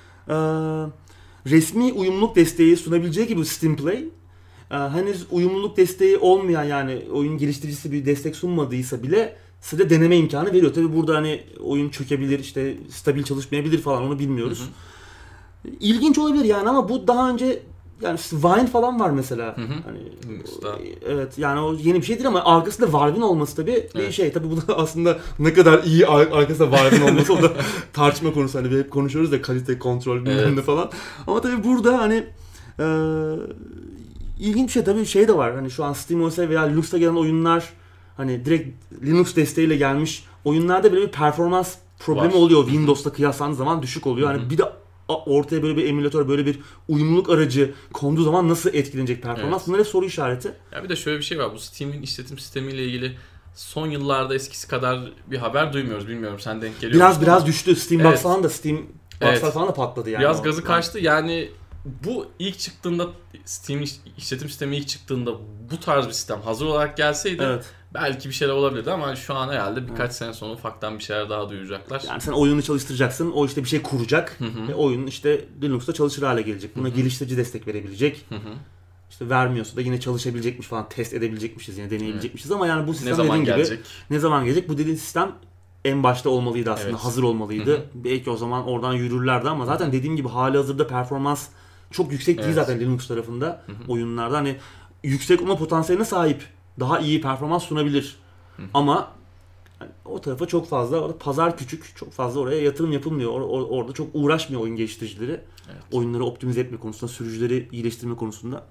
Resmi uyumluluk desteği sunabileceği gibi Steam Play henüz uyumluluk desteği olmayan yani oyun geliştiricisi bir destek sunmadıysa bile size deneme imkanı veriyor. Tabii burada hani oyun çökebilir, işte stabil çalışmayabilir falan onu bilmiyoruz. İlginç olabilir yani ama bu daha önce yani Wine falan var mesela. Hani evet yani o yeni bir şeydir ama arkasında Valve'in olması tabii bir şey. Tabii bu da aslında ne kadar iyi arkasında Valve'in olması o da tartışma konusu. Hani hep konuşuyoruz da kalite kontrol bilmem ne falan. Ama tabii burada hani ilginç bir şey tabii de var. Hani şu an SteamOS'e veya Linux'a gelen oyunlar hani direkt Linux desteğiyle gelmiş oyunlarda böyle bir performans problemi oluyor. Windows'la kıyaslandığı zaman düşük oluyor. Hani bir de ortaya böyle bir emülatör, böyle bir uyumluluk aracı konduğu zaman nasıl etkilenecek performans? Evet. Bunlar hep soru işareti. Ya bir de şöyle bir şey var. Bu Steam'in işletim sistemiyle ilgili son yıllarda eskisi kadar bir haber duymuyoruz. Bilmiyorum sen denk geliyor musun? Biraz düştü. Steambox falan da Box'lar falan da patladı yani. Biraz gazı kaçtı. Yani bu ilk çıktığında Steam işletim sistemi ilk çıktığında bu tarz bir sistem hazır olarak gelseydi belki bir şeyler olabilirdi ama şu an herhalde birkaç sene sonra ufaktan bir şeyler daha duyuracaklar. Yani sen oyunu çalıştıracaksın, o işte bir şey kuracak ve oyun işte Linux'ta çalışır hale gelecek. Buna geliştirici destek verebilecek. İşte vermiyorsa da yine çalışabilecekmiş falan, test edebilecekmişiz, yine deneyebilecekmişiz ama yani bu sistem dediğin gibi ne zaman gelecek? Bu dediğin sistem en başta olmalıydı aslında, hazır olmalıydı. Belki o zaman oradan yürürlerdi ama zaten dediğim gibi halihazırda performans çok yüksek değil zaten Linux tarafında oyunlarda. Hani yüksek olma potansiyeline sahip. Daha iyi performans sunabilir. Ama Yani o tarafa çok fazla, orada pazar küçük, çok fazla oraya yatırım yapılmıyor. Orada çok uğraşmıyor oyun geliştiricileri. Evet. Oyunları optimize etme konusunda, sürücüleri iyileştirme konusunda.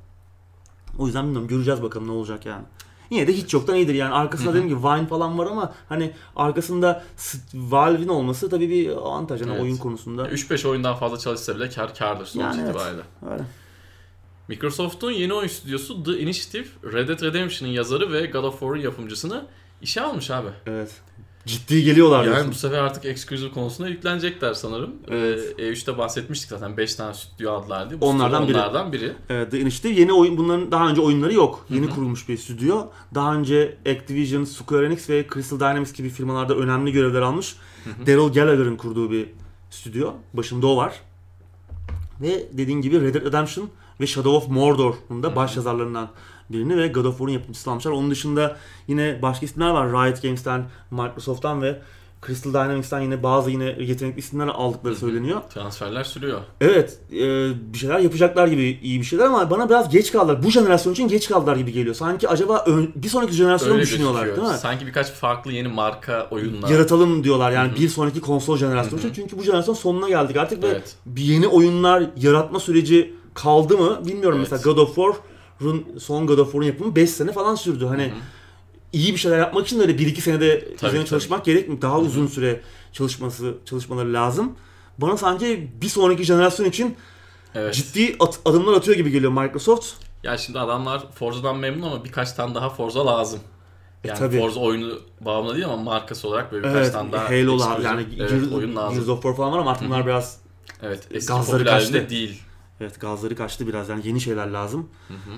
O yüzden bilmiyorum, göreceğiz bakalım ne olacak yani. Yine de hiç yoktan iyidir yani. Arkasında dediğim gibi Vine falan var ama hani arkasında Valve'in olması tabii bir avantaj yani oyun konusunda. 3-5 oyundan fazla çalışsa bile kârdır sonuç itibariyle. Öyle. Microsoft'un yeni oyun stüdyosu The Initiative, Red Dead Redemption'ın yazarı ve God of War'un yapımcısını işe almış abi. Evet. Ciddi geliyorlar. Yani diyorsun. Bu sefer artık exclusive konusuna yüklenecekler sanırım. Evet. E3'te bahsetmiştik zaten 5 tane stüdyo aldılar diye. Onlardan biri. Evet, The Initiative yeni oyun, bunların daha önce oyunları yok. Yeni kurulmuş bir stüdyo. Daha önce Activision, Square Enix ve Crystal Dynamics gibi firmalarda önemli görevler almış. Daryl Gallagher'ın kurduğu bir stüdyo. Başında o var. Ve dediğin gibi Red Dead Redemption ve Shadow of Mordor'un da baş yazarlarından birini ve God of War'un yapımcısını almışlar. Onun dışında yine başka isimler var. Riot Games'ten, Microsoft'tan ve Crystal Dynamics'ten yine bazı yetenekli isimler aldıkları söyleniyor. Transferler sürüyor. Evet, bir şeyler yapacaklar gibi, iyi bir şeyler ama bana biraz geç kaldılar. Bu jenerasyon için geç kaldılar gibi geliyor. Sanki acaba bir sonraki jenerasyonu düşünüyorlar değil mi? Sanki birkaç farklı yeni marka oyunlar yaratalım diyorlar yani bir sonraki konsol jenerasyonu için. Çünkü bu jenerasyon sonuna geldik artık ve bir yeni oyunlar yaratma süreci kaldı mı bilmiyorum. Mesela God of War'un God of War'un yapımı 5 sene falan sürdü. Hani iyi bir şeyler yapmak için de öyle 1-2 senede üzerine çalışmak gerekmiyor. Daha uzun süre çalışmaları lazım. Bana sanki bir sonraki jenerasyon için ciddi adımlar atıyor gibi geliyor Microsoft. Ya şimdi adamlar Forza'dan memnun ama birkaç tane daha Forza lazım. Yani Forza oyunu bağımlı değil ama markası olarak böyle birkaç tane daha Halo'lar yani oyun lazım. Gears of War falan var ama artık bunlar biraz eski popülerliğinde değil. Evet, gazları kaçtı biraz, yani yeni şeyler lazım.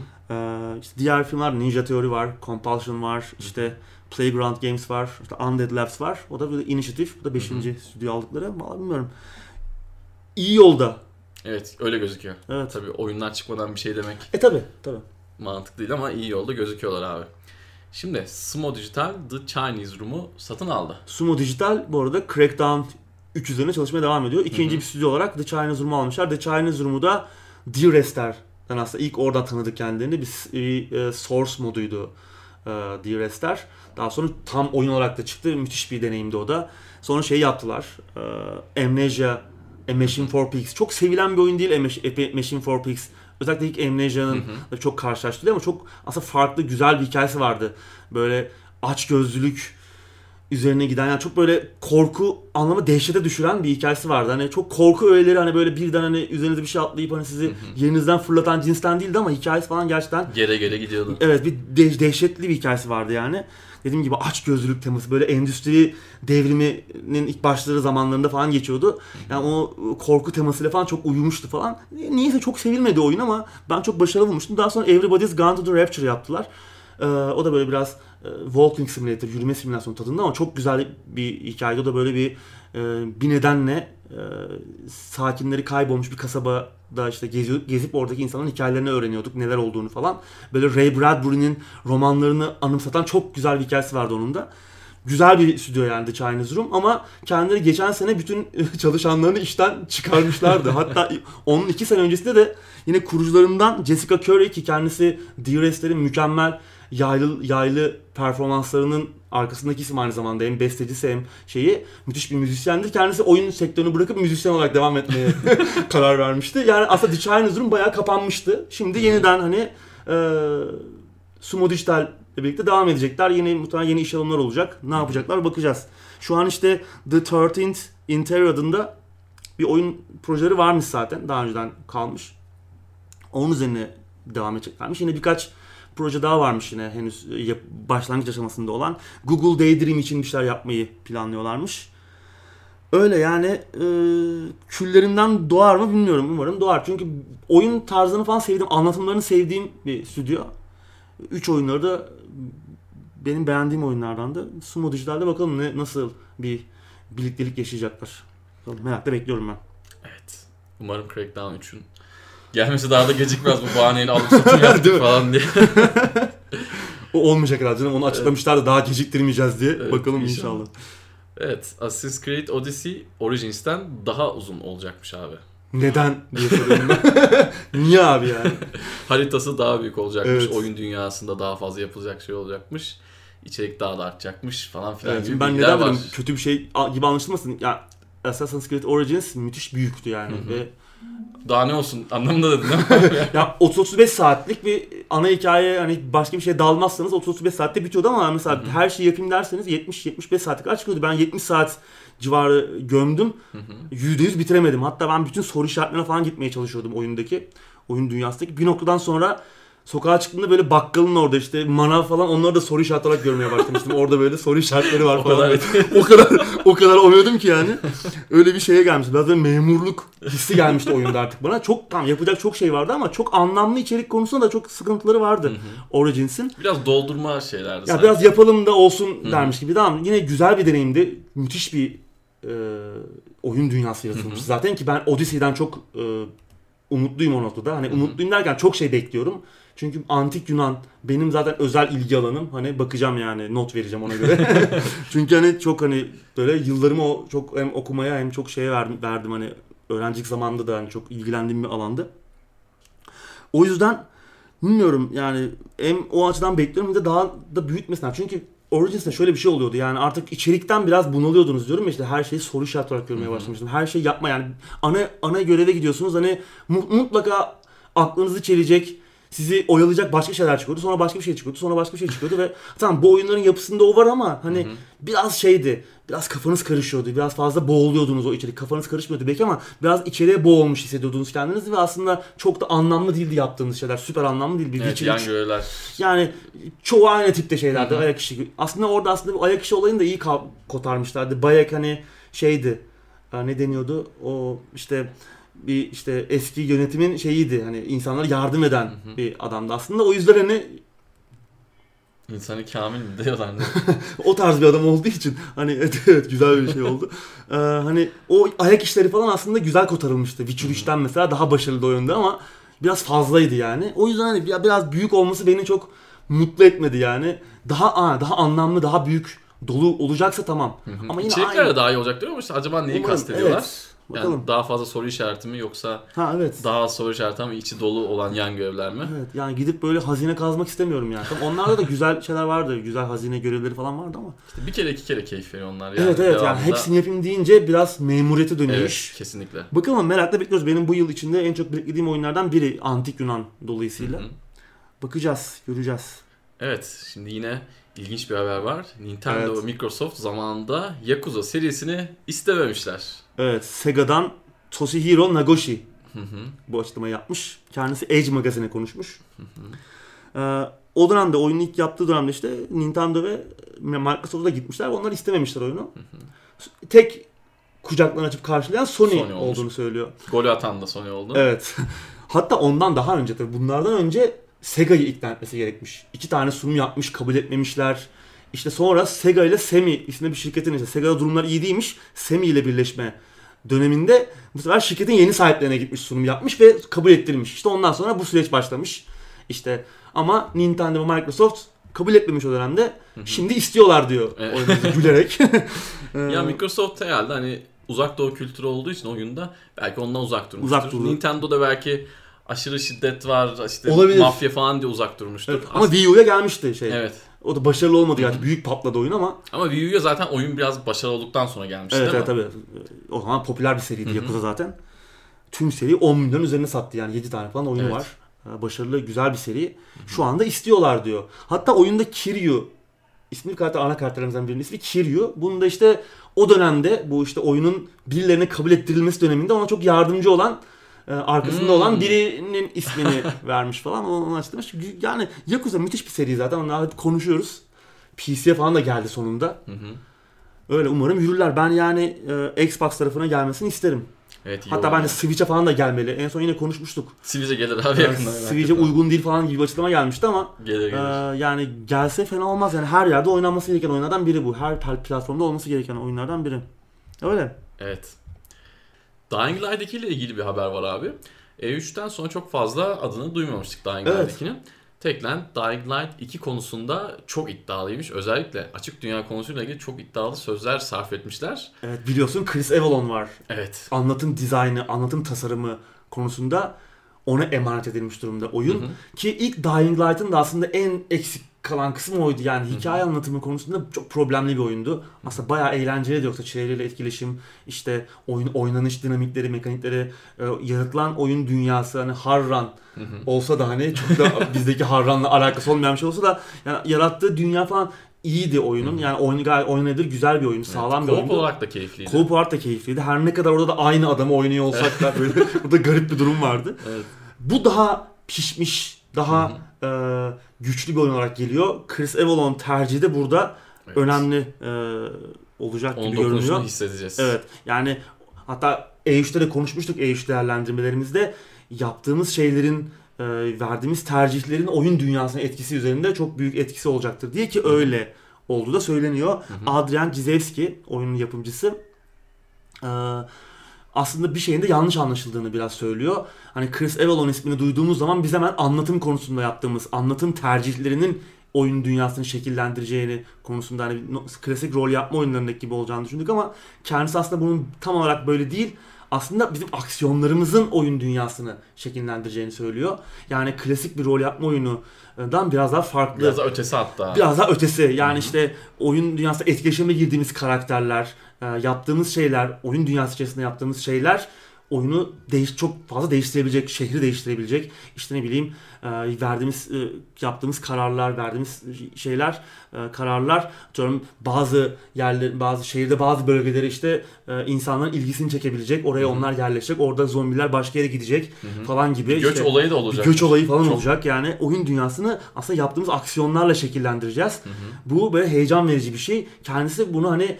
İşte diğer filmler Ninja Theory var, Compulsion var, işte Playground Games var, işte Undead Labs var. O da böyle Initiative, bu da 5. stüdyo aldıkları. Vallahi bilmiyorum. İyi yolda. Evet, öyle gözüküyor. Evet. Tabii oyunlar çıkmadan bir şey demek. Tabii. Mantıklı değil ama iyi yolda gözüküyorlar abi. Şimdi Sumo Digital The Chinese Room'u satın aldı. Sumo Digital bu arada Crackdown 3 üzerine çalışmaya devam ediyor. İkinci bir stüdyo olarak The Chinese Room'u almışlar. The Chinese Room'u da D-Rester'den aslında ilk oradan tanıdık kendilerini. Bir Source moduydu D-Rester. Daha sonra tam oyun olarak da çıktı. Müthiş bir deneyimdi o da. Sonra yaptılar. Amnesia, A Machine for Pigs. Çok sevilen bir oyun değil A Machine for Pigs. Özellikle ilk Amnesia'nın çok karşılaştırılıyor ama çok aslında farklı, güzel bir hikayesi vardı. Böyle açgözlülük üzerine giden, yani çok böyle korku anlamı dehşete düşüren bir hikayesi vardı. Hani çok korku öğeleri, hani böyle birden hani üzerinize bir şey atlayıp hani sizi yerinizden fırlatan cinsten değildi ama hikayesi falan gerçekten gere gidiyordu. Evet, bir dehşetli bir hikayesi vardı yani. Dediğim gibi açgözlülük teması, böyle endüstri devriminin ilk başları zamanlarında falan geçiyordu. Yani o korku temasıyla falan çok uyumuştu falan. Niyeyse çok sevilmedi oyun ama ben çok başarılı bulmuştum. Daha sonra Everybody's Gone to the Rapture yaptılar. O da böyle biraz walking simulator, yürüme simülasyonu tadında ama çok güzel bir hikayeydi. O da böyle bir nedenle sakinleri kaybolmuş bir kasabada işte gezip oradaki insanların hikayelerini öğreniyorduk, neler olduğunu falan. Böyle Ray Bradbury'nin romanlarını anımsatan çok güzel bir hikayesi vardı onun da. Güzel bir stüdyo yani The Chinese Room ama kendileri geçen sene bütün çalışanlarını işten çıkarmışlardı. Hatta onun 2 sene öncesinde de yine kurucularından Jessica Curry, ki kendisi D-Rester'in mükemmel yaylı performanslarının arkasındaki isim aynı zamanda, hem bestecisi hem müthiş bir müzisyendir. Kendisi oyun sektörünü bırakıp müzisyen olarak devam etmeye karar vermişti. Yani aslında The Chinese Room bayağı kapanmıştı. Şimdi yeniden hani Sumo Digital ile birlikte devam edecekler. Muhtemelen yeni iş alımlar olacak. Ne yapacaklar bakacağız. Şu an işte The 13th Interior adında bir oyun projeleri varmış zaten. Daha önceden kalmış. Onun üzerine devam edeceklermiş. Yine birkaç proje daha varmış yine henüz başlangıç aşamasında olan. Google Daydream için bir şeyler yapmayı planlıyorlarmış. Öyle yani küllerinden doğar mı bilmiyorum. Umarım doğar. Çünkü oyun tarzını falan sevdiğim, anlatımlarını sevdiğim bir stüdyo. 3 oyunları da benim beğendiğim oyunlardandı. Sumo Digital'de bakalım nasıl bir birliktelik yaşayacaklar. Merakla bekliyorum ben. Evet. Umarım Crackdown 3'ün gelmesi daha da gecikmez, bu bahaneyle alıp satın yaptık falan diye. O olmayacak herhalde canım. Onu açıklamışlar da daha geciktirmeyeceğiz diye. Evet, bakalım inşallah. Evet. Assassin's Creed Odyssey Origins'ten daha uzun olacakmış abi. Neden diye soruyorum ben. Niye abi yani? Haritası daha büyük olacakmış. Evet. Oyun dünyasında daha fazla yapılacak şey olacakmış. içerik daha da artacakmış falan filan Evet, gibi ben bilgiler neden var. dedim kötü bir şey gibi anlaşılmasın. Ya Assassin's Creed Origins müthiş büyüktü yani. Ve daha ne olsun anlamında dedin değil mi? ya 30-35 saatlik bir ana hikaye, hani başka bir şeye dalmazsanız 30-35 saatte bitiyordu ama mesela her şeyi yapayım derseniz 70-75 saatlik kadar çıkıyordu. Ben 70 saat civarı gömdüm. %100 bitiremedim. Hatta ben bütün soru işaretlerine falan gitmeye çalışıyordum oyun dünyasındaki. Bir noktadan sonra sokağa çıktığımda böyle bakkalın orada işte manav falan, onları da soru işareti olarak görmeye başlamıştım. Orada böyle soru işaretleri var falan. o kadar omuyordum ki yani. Öyle bir şeye gelmişti. Biraz böyle memurluk hissi gelmişti oyunda artık bana. Çok tamam, yapacak çok şey vardı ama çok anlamlı içerik konusunda da çok sıkıntıları vardı Origins'in. Biraz doldurma şeylerdi. Ya sanki. biraz yapalım da olsun dermiş gibi. Tamam, yine güzel bir deneyimdi. Müthiş bir oyun dünyası yaratılmış. Zaten ki ben Odyssey'den çok umutluyum o noktada. Hani umutluyum derken çok şey bekliyorum. Çünkü antik Yunan benim zaten özel ilgi alanım. Hani bakacağım yani, not vereceğim ona göre. Çünkü hani çok hani böyle yıllarımı çok hem okumaya hem çok şeye verdim hani öğrencilik zamanında da hani çok ilgilendiğim bir alandı. O yüzden bilmiyorum yani, hem o açıdan bekliyorum hem de daha da büyütmesinler. Çünkü Origins'te şöyle bir şey oluyordu yani, artık içerikten biraz bunalıyordunuz diyorum ya, işte her şeyi soru işareti olarak görmeye başlamıştım. Her şey yapma yani, ana göreve gidiyorsunuz, hani mutlaka aklınızı çelecek, sizi oyalayacak başka şeyler çıkıyordu. Sonra başka bir şey çıkıyordu. Sonra başka bir şey çıkıyordu ve tamam, bu oyunların yapısında o var ama hani biraz şeydi. Biraz kafanız karışıyordu. Biraz fazla boğuluyordunuz o içerik. Kafanız karışmıyordu belki ama biraz içeriye boğulmuş hissediyordunuz kendinizi ve aslında çok da anlamlı değildi yaptığınız şeyler. Süper anlamlı değil. Evet, yan görevler. Yani çoğu aynı tipte şeylerdi. Ayak işi. Aslında orada bu ayak işi olayını da iyi kotarmışlardı. Bayak hani şeydi. Ne deniyordu? O işte bir işte eski yönetimin şeyiydi, hani insanlara yardım eden bir adamdı aslında. O yüzden hani İnsanı kamil mi diyorlar? o tarz bir adam olduğu için hani evet güzel bir şey oldu. Hani o ayak işleri falan aslında güzel kotarılmıştı. Witcher 3'ten mesela daha başarılı o yönde ama biraz fazlaydı yani. O yüzden hani biraz büyük olması beni çok mutlu etmedi yani. Daha anlamlı, daha büyük, dolu olacaksa tamam. Ama yine İçerikler de daha iyi olacak diyor ama işte acaba neyi kastediyorlar? Evet. Bakalım. Yani daha fazla soru işareti mi yoksa evet. daha az soru işareti ama içi dolu olan yan görevler mi? Evet, yani gidip böyle hazine kazmak istemiyorum yani. Tamam, onlarda da güzel şeyler vardı. Güzel hazine görevleri falan vardı ama. İşte bir kere iki kere keyif veriyor onlar. Yani evet devamında... yani hepsini yapayım deyince biraz memuriyete dönüyor iş. Evet, kesinlikle. Bakalım, merakla bekliyoruz. Benim bu yıl içinde en çok beklediğim oyunlardan biri Antik Yunan dolayısıyla. Bakacağız, göreceğiz. Evet, şimdi yine ilginç bir haber var. Nintendo ve Microsoft zamanında Yakuza serisini istememişler. Evet, Sega'dan Toshihiro Nagoshi bu açıklamayı yapmış. Kendisi Edge magazine konuşmuş. O dönemde, oyunu ilk yaptığı dönemde işte Nintendo ve Microsoft'a gitmişler. Onlar istememişler oyunu. Tek kucaklarını açıp karşılayan Sony olduğunu söylüyor. Golü atan da Sony oldu. Evet. Hatta ondan daha önce, tabii bunlardan önce Sega'yı ikna etmesi gerekmiş. 2 tane sunum yapmış, kabul etmemişler. İşte sonra Sega ile Semi isimli bir şirketin, işte Sega'da durumlar iyi değilmiş, Semi ile birleşme döneminde bu sefer şirketin yeni sahiplerine gitmiş, sunum yapmış ve kabul ettirilmiş. İşte ondan sonra bu süreç başlamış. İşte ama Nintendo ve Microsoft kabul etmemiş o dönemde. Şimdi istiyorlar diyor gülerek. Ya Microsoft herhalde hani uzak doğu kültürü olduğu için oyunda belki ondan uzak durmuştur. Nintendo'da belki aşırı şiddet var, işte olabilir, mafya falan diye uzak durmuştur. Evet, ama Wii U'ya gelmişti şey. Evet. O da başarılı olmadı yani. Büyük patladı oyun ama. Ama Wii U'ya zaten oyun biraz başarılı olduktan sonra gelmişti değil mi? Evet tabii. O zaman popüler bir seriydi Yakuza zaten. Tüm seri 10 milyon üzerine sattı yani, 7 tane falan oyunu var. Başarılı, güzel bir seri. Şu anda istiyorlar diyor. Hatta oyunda Kiryu ismi, ana karakterlerimizden birinin ismi Kiryu. Bunu da işte o dönemde, bu işte oyunun birilerine kabul ettirilmesi döneminde ona çok yardımcı olan, arkasında olan birinin ismini vermiş falan, onu açıklamış. Yani Yakuza müthiş bir seri zaten, onlarla konuşuyoruz. PC'ye falan da geldi sonunda. Öyle, umarım yürürler. Ben yani Xbox tarafına gelmesini isterim. Evet, hatta bence Switch'e falan da gelmeli. En son yine konuşmuştuk. Switch'e gelir abi yakında. Switch'e uygun değil falan gibi bir açıklama gelmişti ama gelir. Yani gelse fena olmaz. Yani her yerde oynanması gereken oyunlardan biri bu. Her platformda olması gereken oyunlardan biri. Öyle. Evet. Dying Light 2 ile ilgili bir haber var abi. E3'ten sonra çok fazla adını duymamıştık Dying Light 2'nin. Techland Dying Light 2 konusunda çok iddialıymış. Özellikle açık dünya konusuyla ilgili çok iddialı sözler sarf etmişler. Evet, biliyorsun Chris Avellone var. Evet. Anlatım dizaynı, anlatım tasarımı konusunda ona emanet edilmiş durumda oyun. Ki ilk Dying Light'ın da aslında en eksik kalan kısım oydu. Yani hikaye anlatımı konusunda çok problemli bir oyundu. Aslında bayağı eğlenceli de yoksa çevreyle etkileşim, işte oynanış dinamikleri, mekanikleri, yaratılan oyun dünyası hani Harran olsa da hani çok da bizdeki Harran'la alakası olmayan bir şey olsa da yani yarattığı dünya falan iyiydi oyunun. Yani oynanabilir güzel bir oyun, sağlam bir oyundu. Co-op olarak da keyifliydi. Co-op olarak da keyifliydi. Her ne kadar orada da aynı adamı oynuyor olsak da böyle burada garip bir durum vardı. Evet. Bu daha pişmiş, daha güçlü bir oyun olarak geliyor. Chris Avellone tercihi de burada önemli olacak gibi görünüyor. Onun dokunuşunu hissedeceğiz. Evet. Yani hatta E3'te de konuşmuştuk, E3 değerlendirmelerimizde yaptığımız şeylerin, verdiğimiz tercihlerin oyun dünyasına etkisi üzerinde çok büyük etkisi olacaktır diye ki öyle olduğu da söyleniyor. Adrian Gizewski, oyunun yapımcısı, aslında bir şeyin de yanlış anlaşıldığını biraz söylüyor. Hani Chris Avellone ismini duyduğumuz zaman biz hemen anlatım konusunda yaptığımız anlatım tercihlerinin oyun dünyasını şekillendireceğini konusunda hani klasik rol yapma oyunlarındaki gibi olacağını düşündük ama kendisi aslında bunun tam olarak böyle değil. Aslında bizim aksiyonlarımızın oyun dünyasını şekillendireceğini söylüyor. Yani klasik bir rol yapma oyunundan biraz daha farklı. Biraz daha ötesi hatta. Biraz daha ötesi. Yani işte oyun dünyasında etkileşime girdiğimiz karakterler, yaptığımız şeyler, oyun dünyası içerisinde yaptığımız şeyler oyunu çok fazla değiştirebilecek, şehri değiştirebilecek. İşte ne bileyim yaptığımız kararlar, verdiğimiz şeyler, kararlar. Diyorum bazı şehirde bazı bölgeleri işte insanların ilgisini çekebilecek. Oraya onlar yerleşecek. Orada zombiler başka yere gidecek falan gibi. Göç olayı da olacak. Göç olayı falan olacak. Yani oyun dünyasını aslında yaptığımız aksiyonlarla şekillendireceğiz. Bu böyle heyecan verici bir şey. Kendisi bunu hani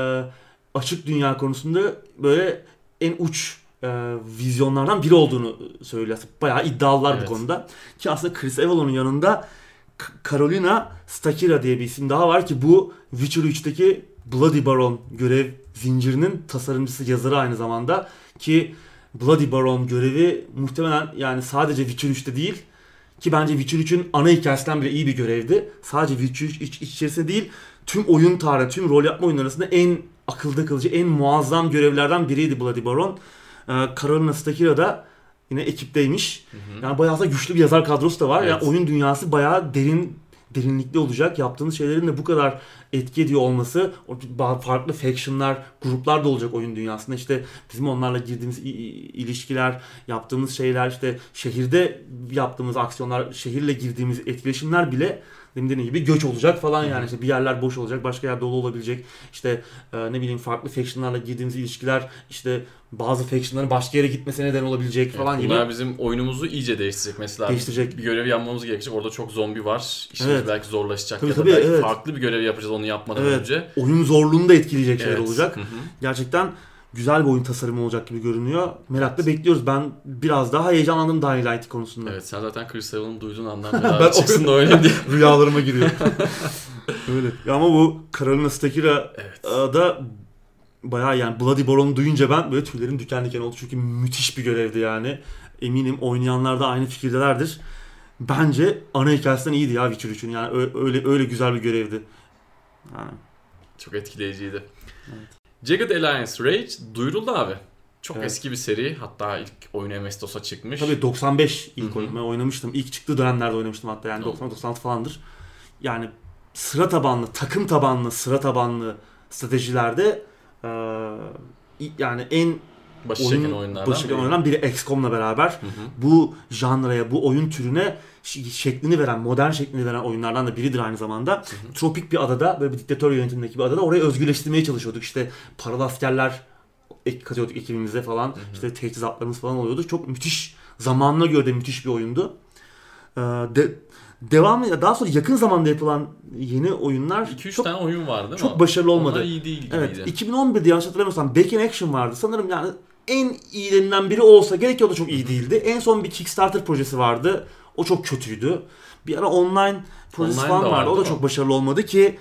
açık dünya konusunda böyle en uç vizyonlardan biri olduğunu söylüyor. Bayağı iddialılar bu konuda. Ki aslında Chris Avallone'un yanında Carolina Stakira diye bir isim daha var ki bu Witcher 3'teki Bloody Baron görev zincirinin tasarımcısı, yazarı aynı zamanda. Ki Bloody Baron görevi muhtemelen yani sadece Witcher 3'te değil ki bence Witcher 3'ün ana hikayesinden bile iyi bir görevdi. Sadece Witcher 3 içerisinde değil, tüm oyun tarihi, tüm rol yapma oyunları arasında en akılda kalıcı, en muazzam görevlerden biriydi Bloody Baron. Carolina Stakira da yine ekipteymiş. Yani bayağı da güçlü bir yazar kadrosu da var. Evet. Yani oyun dünyası bayağı derinlikli olacak. Yaptığınız şeylerin de bu kadar etki ediyor olması, farklı factionlar, gruplar da olacak oyun dünyasında. İşte bizim onlarla girdiğimiz ilişkiler, yaptığımız şeyler, işte şehirde yaptığımız aksiyonlar, şehirle girdiğimiz etkileşimler bile dediğim gibi göç olacak falan yani. İşte bir yerler boş olacak, başka yer dolu olabilecek. İşte ne bileyim farklı factionlarla girdiğimiz ilişkiler, işte bazı factionların başka yere gitmesine neden olabilecek falan gibi. Bunlar bizim oyunumuzu iyice değiştirecek. Mesela bir görev yapmamız gerekecek. Orada çok zombi var. İşimiz belki zorlaşacak. Tabii, ya da belki farklı bir görev yapacağız onu yapmadan önce. Oyun zorluğunu da etkileyecek şeyler olacak. Gerçekten güzel bir oyun tasarımı olacak gibi görünüyor. Merakla bekliyoruz. Ben biraz daha heyecanlandım Dying Light konusunda. Evet, sen zaten Chris Avellone duyduğun andan beri çıksın da oynayayım diye. Rüyalarıma giriyor. Öyle. Ya ama bu Carolina Stakira da bayağı yani Bloody Baron'u duyunca ben böyle tüylerim diken diken oldu. Çünkü müthiş bir görevdi yani. Eminim oynayanlar da aynı fikirdelerdir. Bence ana hikayesinden iyiydi ya Witcher 3'ün. Yani öyle güzel bir görevdi. Yani. Çok etkileyiciydi. Evet. Jagged Alliance Rage duyuruldu abi. Çok eski bir seri. Hatta ilk oyunu MS-DOS'a çıkmış. Tabii 95 ilk oyunu. Ben oynamıştım. İlk çıktığı dönemlerde oynamıştım hatta. Yani 90-96 falandır. Yani sıra tabanlı, takım tabanlı, sıra tabanlı stratejilerde yani en başı çeken oyunlardan biri XCOM'la beraber bu janraya, bu oyun türüne şeklini veren, modern şeklini veren oyunlardan da biridir aynı zamanda. Tropik bir adada, böyle bir diktatör yönetimindeki bir adada orayı özgürleştirmeye çalışıyorduk. İşte paralı askerler katıyorduk ekibimize falan. İşte teçhizatlarımız falan oluyordu. Çok müthiş, zamanına göre de müthiş bir oyundu. Daha sonra yakın zamanda yapılan yeni oyunlar 2-3 tane oyun vardı değil mi? Çok başarılı olmadı. Onlar iyi değil gibiydi. Evet, 2011'de yanlış hatırlamıyorsam Back in Action vardı. Sanırım yani en iyilerinden biri olsa gerek, o da çok iyi değildi. En son bir Kickstarter projesi vardı. O çok kötüydü. Bir ara online projesi falan vardı. O da çok başarılı olmadı ki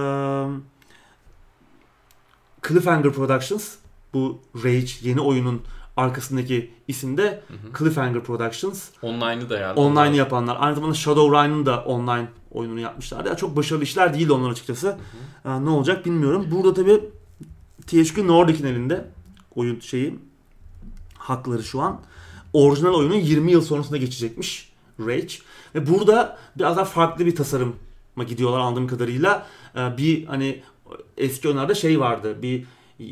Cliffhanger Productions, bu Rage yeni oyunun arkasındaki isim de Cliffhanger Productions. Online'ı da yani. Online'ı yapanlar. Aynı zamanda Shadowrun'ın da online oyununu yapmışlardı. Yani çok başarılı işler değildi onlar açıkçası. Ne olacak bilmiyorum. Burada tabii THQ Nordic'in elinde oyun hakları şu an. Orijinal oyunun 20 yıl sonrasında geçecekmiş Rage. Ve burada biraz daha farklı bir tasarım gidiyorlar anladığım kadarıyla. Bir hani eski oyunlarda şey vardı. Bir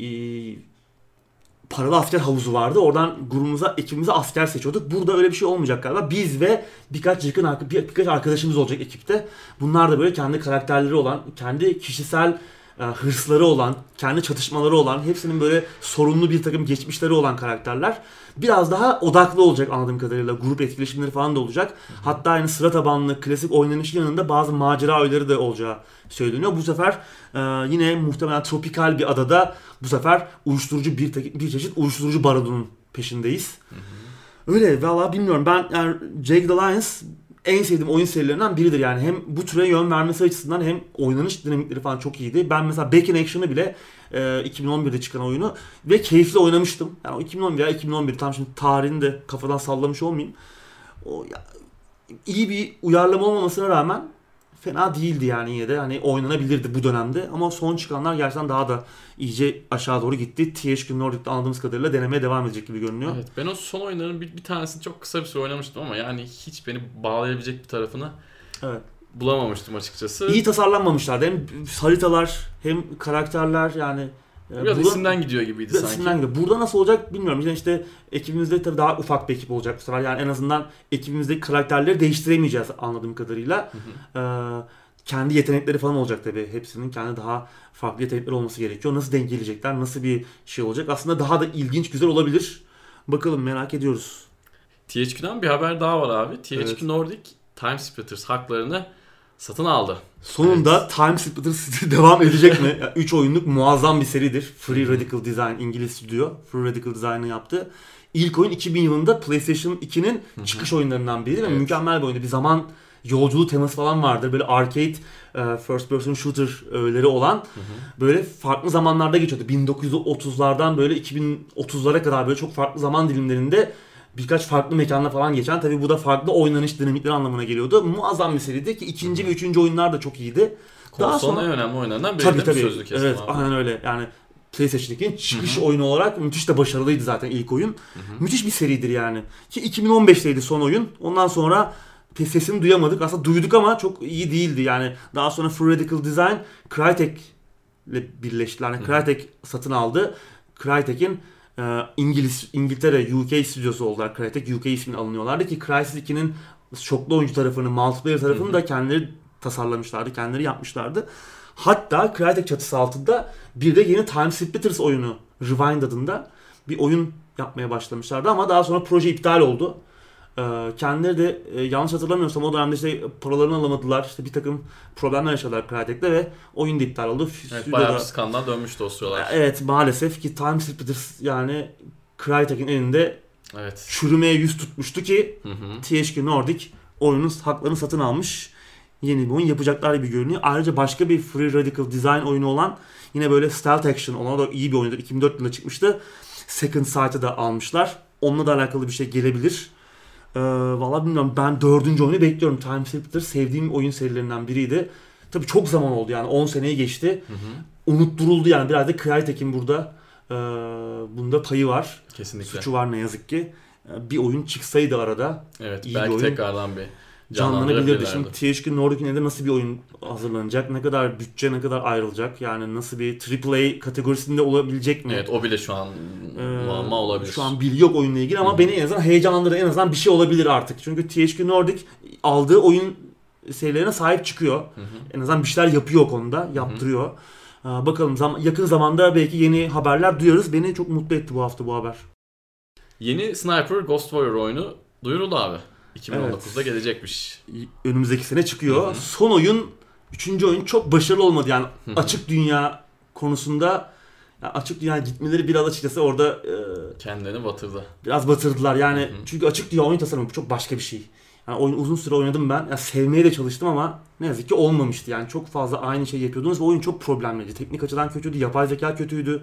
paralı asker havuzu vardı. Oradan grubumuza, ekibimize asker seçiyorduk. Burada öyle bir şey olmayacak galiba. Biz ve birkaç arkadaşımız olacak ekipte. Bunlar da böyle kendi karakterleri olan, kendi kişisel hırsları olan, kendi çatışmaları olan, hepsinin böyle sorunlu bir takım geçmişleri olan karakterler. Biraz daha odaklı olacak anladığım kadarıyla. Grup etkileşimleri falan da olacak. Hatta aynı sıra tabanlı klasik oynanışın yanında bazı macera öğeleri de olacağı söyleniyor. Bu sefer yine muhtemelen tropikal bir adada bu sefer uyuşturucu bir çeşit uyuşturucu baronunun peşindeyiz. Öyle valla bilmiyorum. Ben yani Jagged Alliance en sevdiğim oyun serilerinden biridir yani. Hem bu türe yön vermesi açısından hem oynanış dinamikleri falan çok iyiydi. Ben mesela Back in Action'ı bile 2011'de çıkan oyunu ve keyifli oynamıştım. Yani o 2011 ya 2011 tam şimdi tarihini de kafadan sallamış olmayayım. O ya, iyi bir uyarlama olmamasına rağmen fena değildi yani yine de hani oynanabilirdi bu dönemde ama son çıkanlar gerçekten daha da iyice aşağı doğru gitti. THQ Nordic'te anladığımız kadarıyla denemeye devam edecek gibi görünüyor. Evet, ben o son oyunların bir tanesini çok kısa bir süre oynamıştım ama yani hiç beni bağlayabilecek bir tarafını bulamamıştım açıkçası. İyi tasarlanmamışlardı. Hem haritalar hem karakterler yani. Biraz isimden gidiyor gibiydi sanki. İsimden gidiyor. Burada nasıl olacak bilmiyorum. İşte ekibimizde tabii daha ufak bir ekip olacak bu sefer. Yani en azından ekibimizdeki karakterleri değiştiremeyeceğiz anladığım kadarıyla. Kendi yetenekleri falan olacak tabii. Hepsinin kendi daha farklı yetenekleri olması gerekiyor. Nasıl denk gelecekler? Nasıl bir şey olacak? Aslında daha da ilginç, güzel olabilir. Bakalım merak ediyoruz. THQ'dan bir haber daha var abi. THQ Nordic Time Splitters haklarını satın aldı. Sonunda Time Splitters devam edecek mi? 3 oyunluk muazzam bir seridir. Free Radical Design İngiliz stüdyo. Free Radical Design'ı yaptı. İlk oyun 2000 yılında PlayStation 2'nin çıkış oyunlarından biri ve mükemmel bir oyundu. Bir zaman yolculuğu teması falan vardır. Böyle arcade first person shooter'leri olan böyle farklı zamanlarda geçiyordu. 1930'lardan böyle 2030'lara kadar böyle çok farklı zaman dilimlerinde birkaç farklı mekanda falan geçen. Tabii bu da farklı oynanış dinamikleri anlamına geliyordu. Muazzam bir seriydi ki ikinci ve üçüncü oyunlar da çok iyiydi. Konsolun en önemli oyunlarından biri tabii. Sözlü kesim evet, abi. aynen öyle. Yani PlayStation 2'nin çıkış oyunu olarak müthiş de başarılıydı zaten ilk oyun. Müthiş bir seridir yani. Ki 2015'teydi son oyun. Ondan sonra sesini duyamadık. Aslında duyduk ama çok iyi değildi. Yani daha sonra Free Radical Design Crytek ile birleştiler. Yani Crytek satın aldı. Crytek'in İngiltere UK stüdyosu oldular. Crytek UK ismini alınıyorlardı ki Crysis 2'nin çoklu oyuncu tarafını, multiplayer tarafını da kendileri tasarlamışlardı, kendileri yapmışlardı. Hatta Crytek çatısı altında bir de yeni Time Splitters oyunu Rewind adında bir oyun yapmaya başlamışlardı ama daha sonra proje iptal oldu. Kendileri de yanlış hatırlamıyorsam o dönemde işte paralarını alamadılar. İşte bir takım problemler yaşadılar Crytek'le ve oyun da iptal oldu. Evet, bayağı bir skandal dönmüştü o sıralar. Evet, maalesef ki Time Splitters yani Crytek'in elinde çürümeye yüz tutmuştu ki THQ Nordic oyunun haklarını satın almış. Yeni bir oyun yapacaklar gibi görünüyor. Ayrıca başka bir Free Radical Design oyunu olan yine böyle stealth action olan da iyi bir oyundur. 2004 yılında çıkmıştı. Second Sight'ı da almışlar. Onunla da alakalı bir şey gelebilir. Vallahi bilmiyorum. Ben 4. oyunu bekliyorum. Time Splitters sevdiğim oyun serilerinden biriydi. Tabii çok zaman oldu yani 10 seneyi geçti. Unutturuldu yani. Biraz da Crytek'in burada bunda payı var. Kesinlikle. Suçu var ne yazık ki. Bir oyun çıksaydı arada. Evet, belki tekrardan bir canlanabilirdi. Şimdi THQ Nordic'in de nasıl bir oyun hazırlanacak? Ne kadar bütçe, ne kadar ayrılacak? Yani nasıl bir AAA kategorisinde olabilecek mi? Evet, o bile şu an muamma olabilir. Şu an bilgi yok oyunla ilgili ama beni en azından heyecanlandırdı. En azından bir şey olabilir artık. Çünkü THQ Nordic aldığı oyun serilerine sahip çıkıyor. En azından bir şeyler yapıyor o konuda. Yaptırıyor. Bakalım yakın zamanda belki yeni haberler duyarız. Beni çok mutlu etti bu hafta bu haber. Yeni Sniper Ghost Warrior oyunu duyuruldu abi. 2019'da gelecekmiş. Önümüzdeki sene çıkıyor. Son oyun, 3. oyun çok başarılı olmadı. Yani açık dünya konusunda açık dünya gitmeleri biraz açıkçası orada kendilerini batırdı. Biraz batırdılar. Yani çünkü açık dünya oyun tasarımı çok başka bir şey. Yani oyun uzun süre oynadım ben. Yani sevmeye de çalıştım ama ne yazık ki olmamıştı. Yani çok fazla aynı şey yapıyordunuz ve oyun çok problemliydi. Teknik açıdan kötüydü, yapay zeka kötüydü.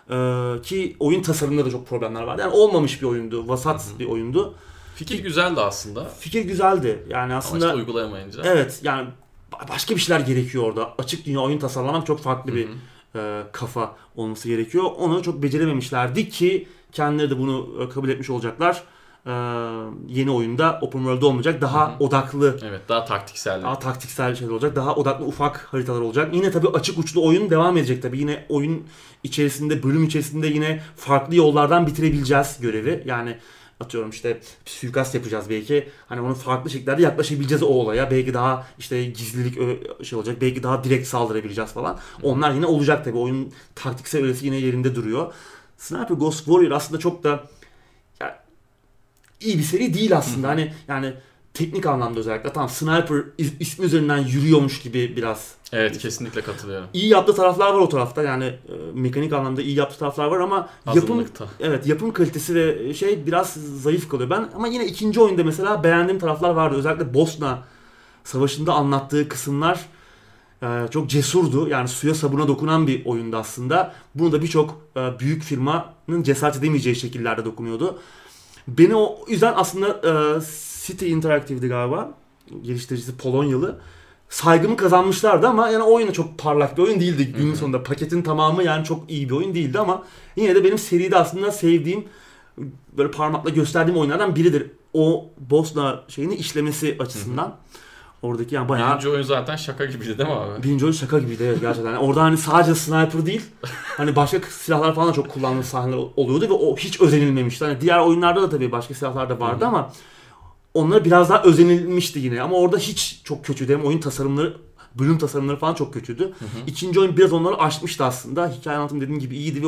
Ki oyun tasarımında da çok problemler vardı. Yani olmamış bir oyundu. Vasat bir oyundu. Fikir güzeldi aslında. Fikir güzeldi. Yani aslında ama işte uygulayamayınca. Evet, yani başka bir şeyler gerekiyor orada. Açık dünya oyun tasarlamak çok farklı bir kafa olması gerekiyor. Onu çok becerememişlerdi ki kendileri de bunu kabul etmiş olacaklar. Yeni oyunda open world olmayacak. Daha odaklı. Evet, daha taktiksel. Daha taktiksel şeyler olacak. Daha odaklı ufak haritalar olacak. Yine tabii açık uçlu oyun devam edecek tabii. Yine oyun içerisinde, bölüm içerisinde yine farklı yollardan bitirebileceğiz görevi. Yani atıyorum işte suikast yapacağız belki. Hani onun farklı şekillerde yaklaşabileceğiz o olaya. Belki daha işte gizlilik şey olacak. Belki daha direkt saldırabileceğiz falan. Onlar yine olacak tabii. Oyun taktiksel öğesi yine yerinde duruyor. Sniper Ghost Warrior aslında çok da iyi bir seri değil aslında. Hani yani teknik anlamda özellikle. Tamam, Sniper ismi üzerinden yürüyormuş gibi biraz. Evet, kesinlikle katılıyorum. İyi yaptığı taraflar var o tarafta. Yani mekanik anlamda iyi yaptığı taraflar var ama yapım kalitesi ve şey biraz zayıf kalıyor. Ben ama yine ikinci oyunda mesela beğendiğim taraflar vardı. Özellikle Bosna Savaşı'nda anlattığı kısımlar çok cesurdu. Yani suya sabuna dokunan bir oyundu aslında. Bunu da birçok büyük firmanın cesaret edemeyeceği şekillerde dokunuyordu. Beni o yüzden aslında City Interactive'di galiba. Geliştiricisi Polonyalı. Saygımı kazanmışlardı ama yani o oyun çok parlak bir oyun değildi. Günün sonunda paketin tamamı yani çok iyi bir oyun değildi ama yine de benim seride aslında sevdiğim, böyle parmakla gösterdiğim oyunlardan biridir. O Bosna şeyini işlemesi açısından. Oradaki yani bayağı... Birinci oyun zaten şaka gibiydi değil mi abi? Birinci oyun şaka gibiydi evet gerçekten. Yani orada hani sadece sniper değil, hani başka silahlar falan da çok kullanılan sahneler oluyordu ve o hiç özenilmemişti. Hani diğer oyunlarda da tabii başka silahlar da vardı ama onlar biraz daha özenilmişti yine. Ama orada hiç çok kötüydü. Hem oyun tasarımları, bölüm tasarımları falan çok kötüydü. İkinci oyun biraz onları aşmıştı aslında. Hikaye anlatımı dediğim gibi iyiydi ve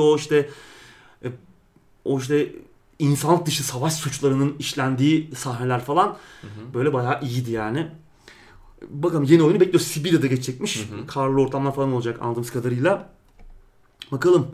o işte insanlık dışı savaş suçlarının işlendiği sahneler falan böyle bayağı iyiydi yani. Bakalım yeni oyunu bekliyoruz. Sibirya'da geçecekmiş. Karlı ortamlar falan olacak anladığımız kadarıyla. Bakalım.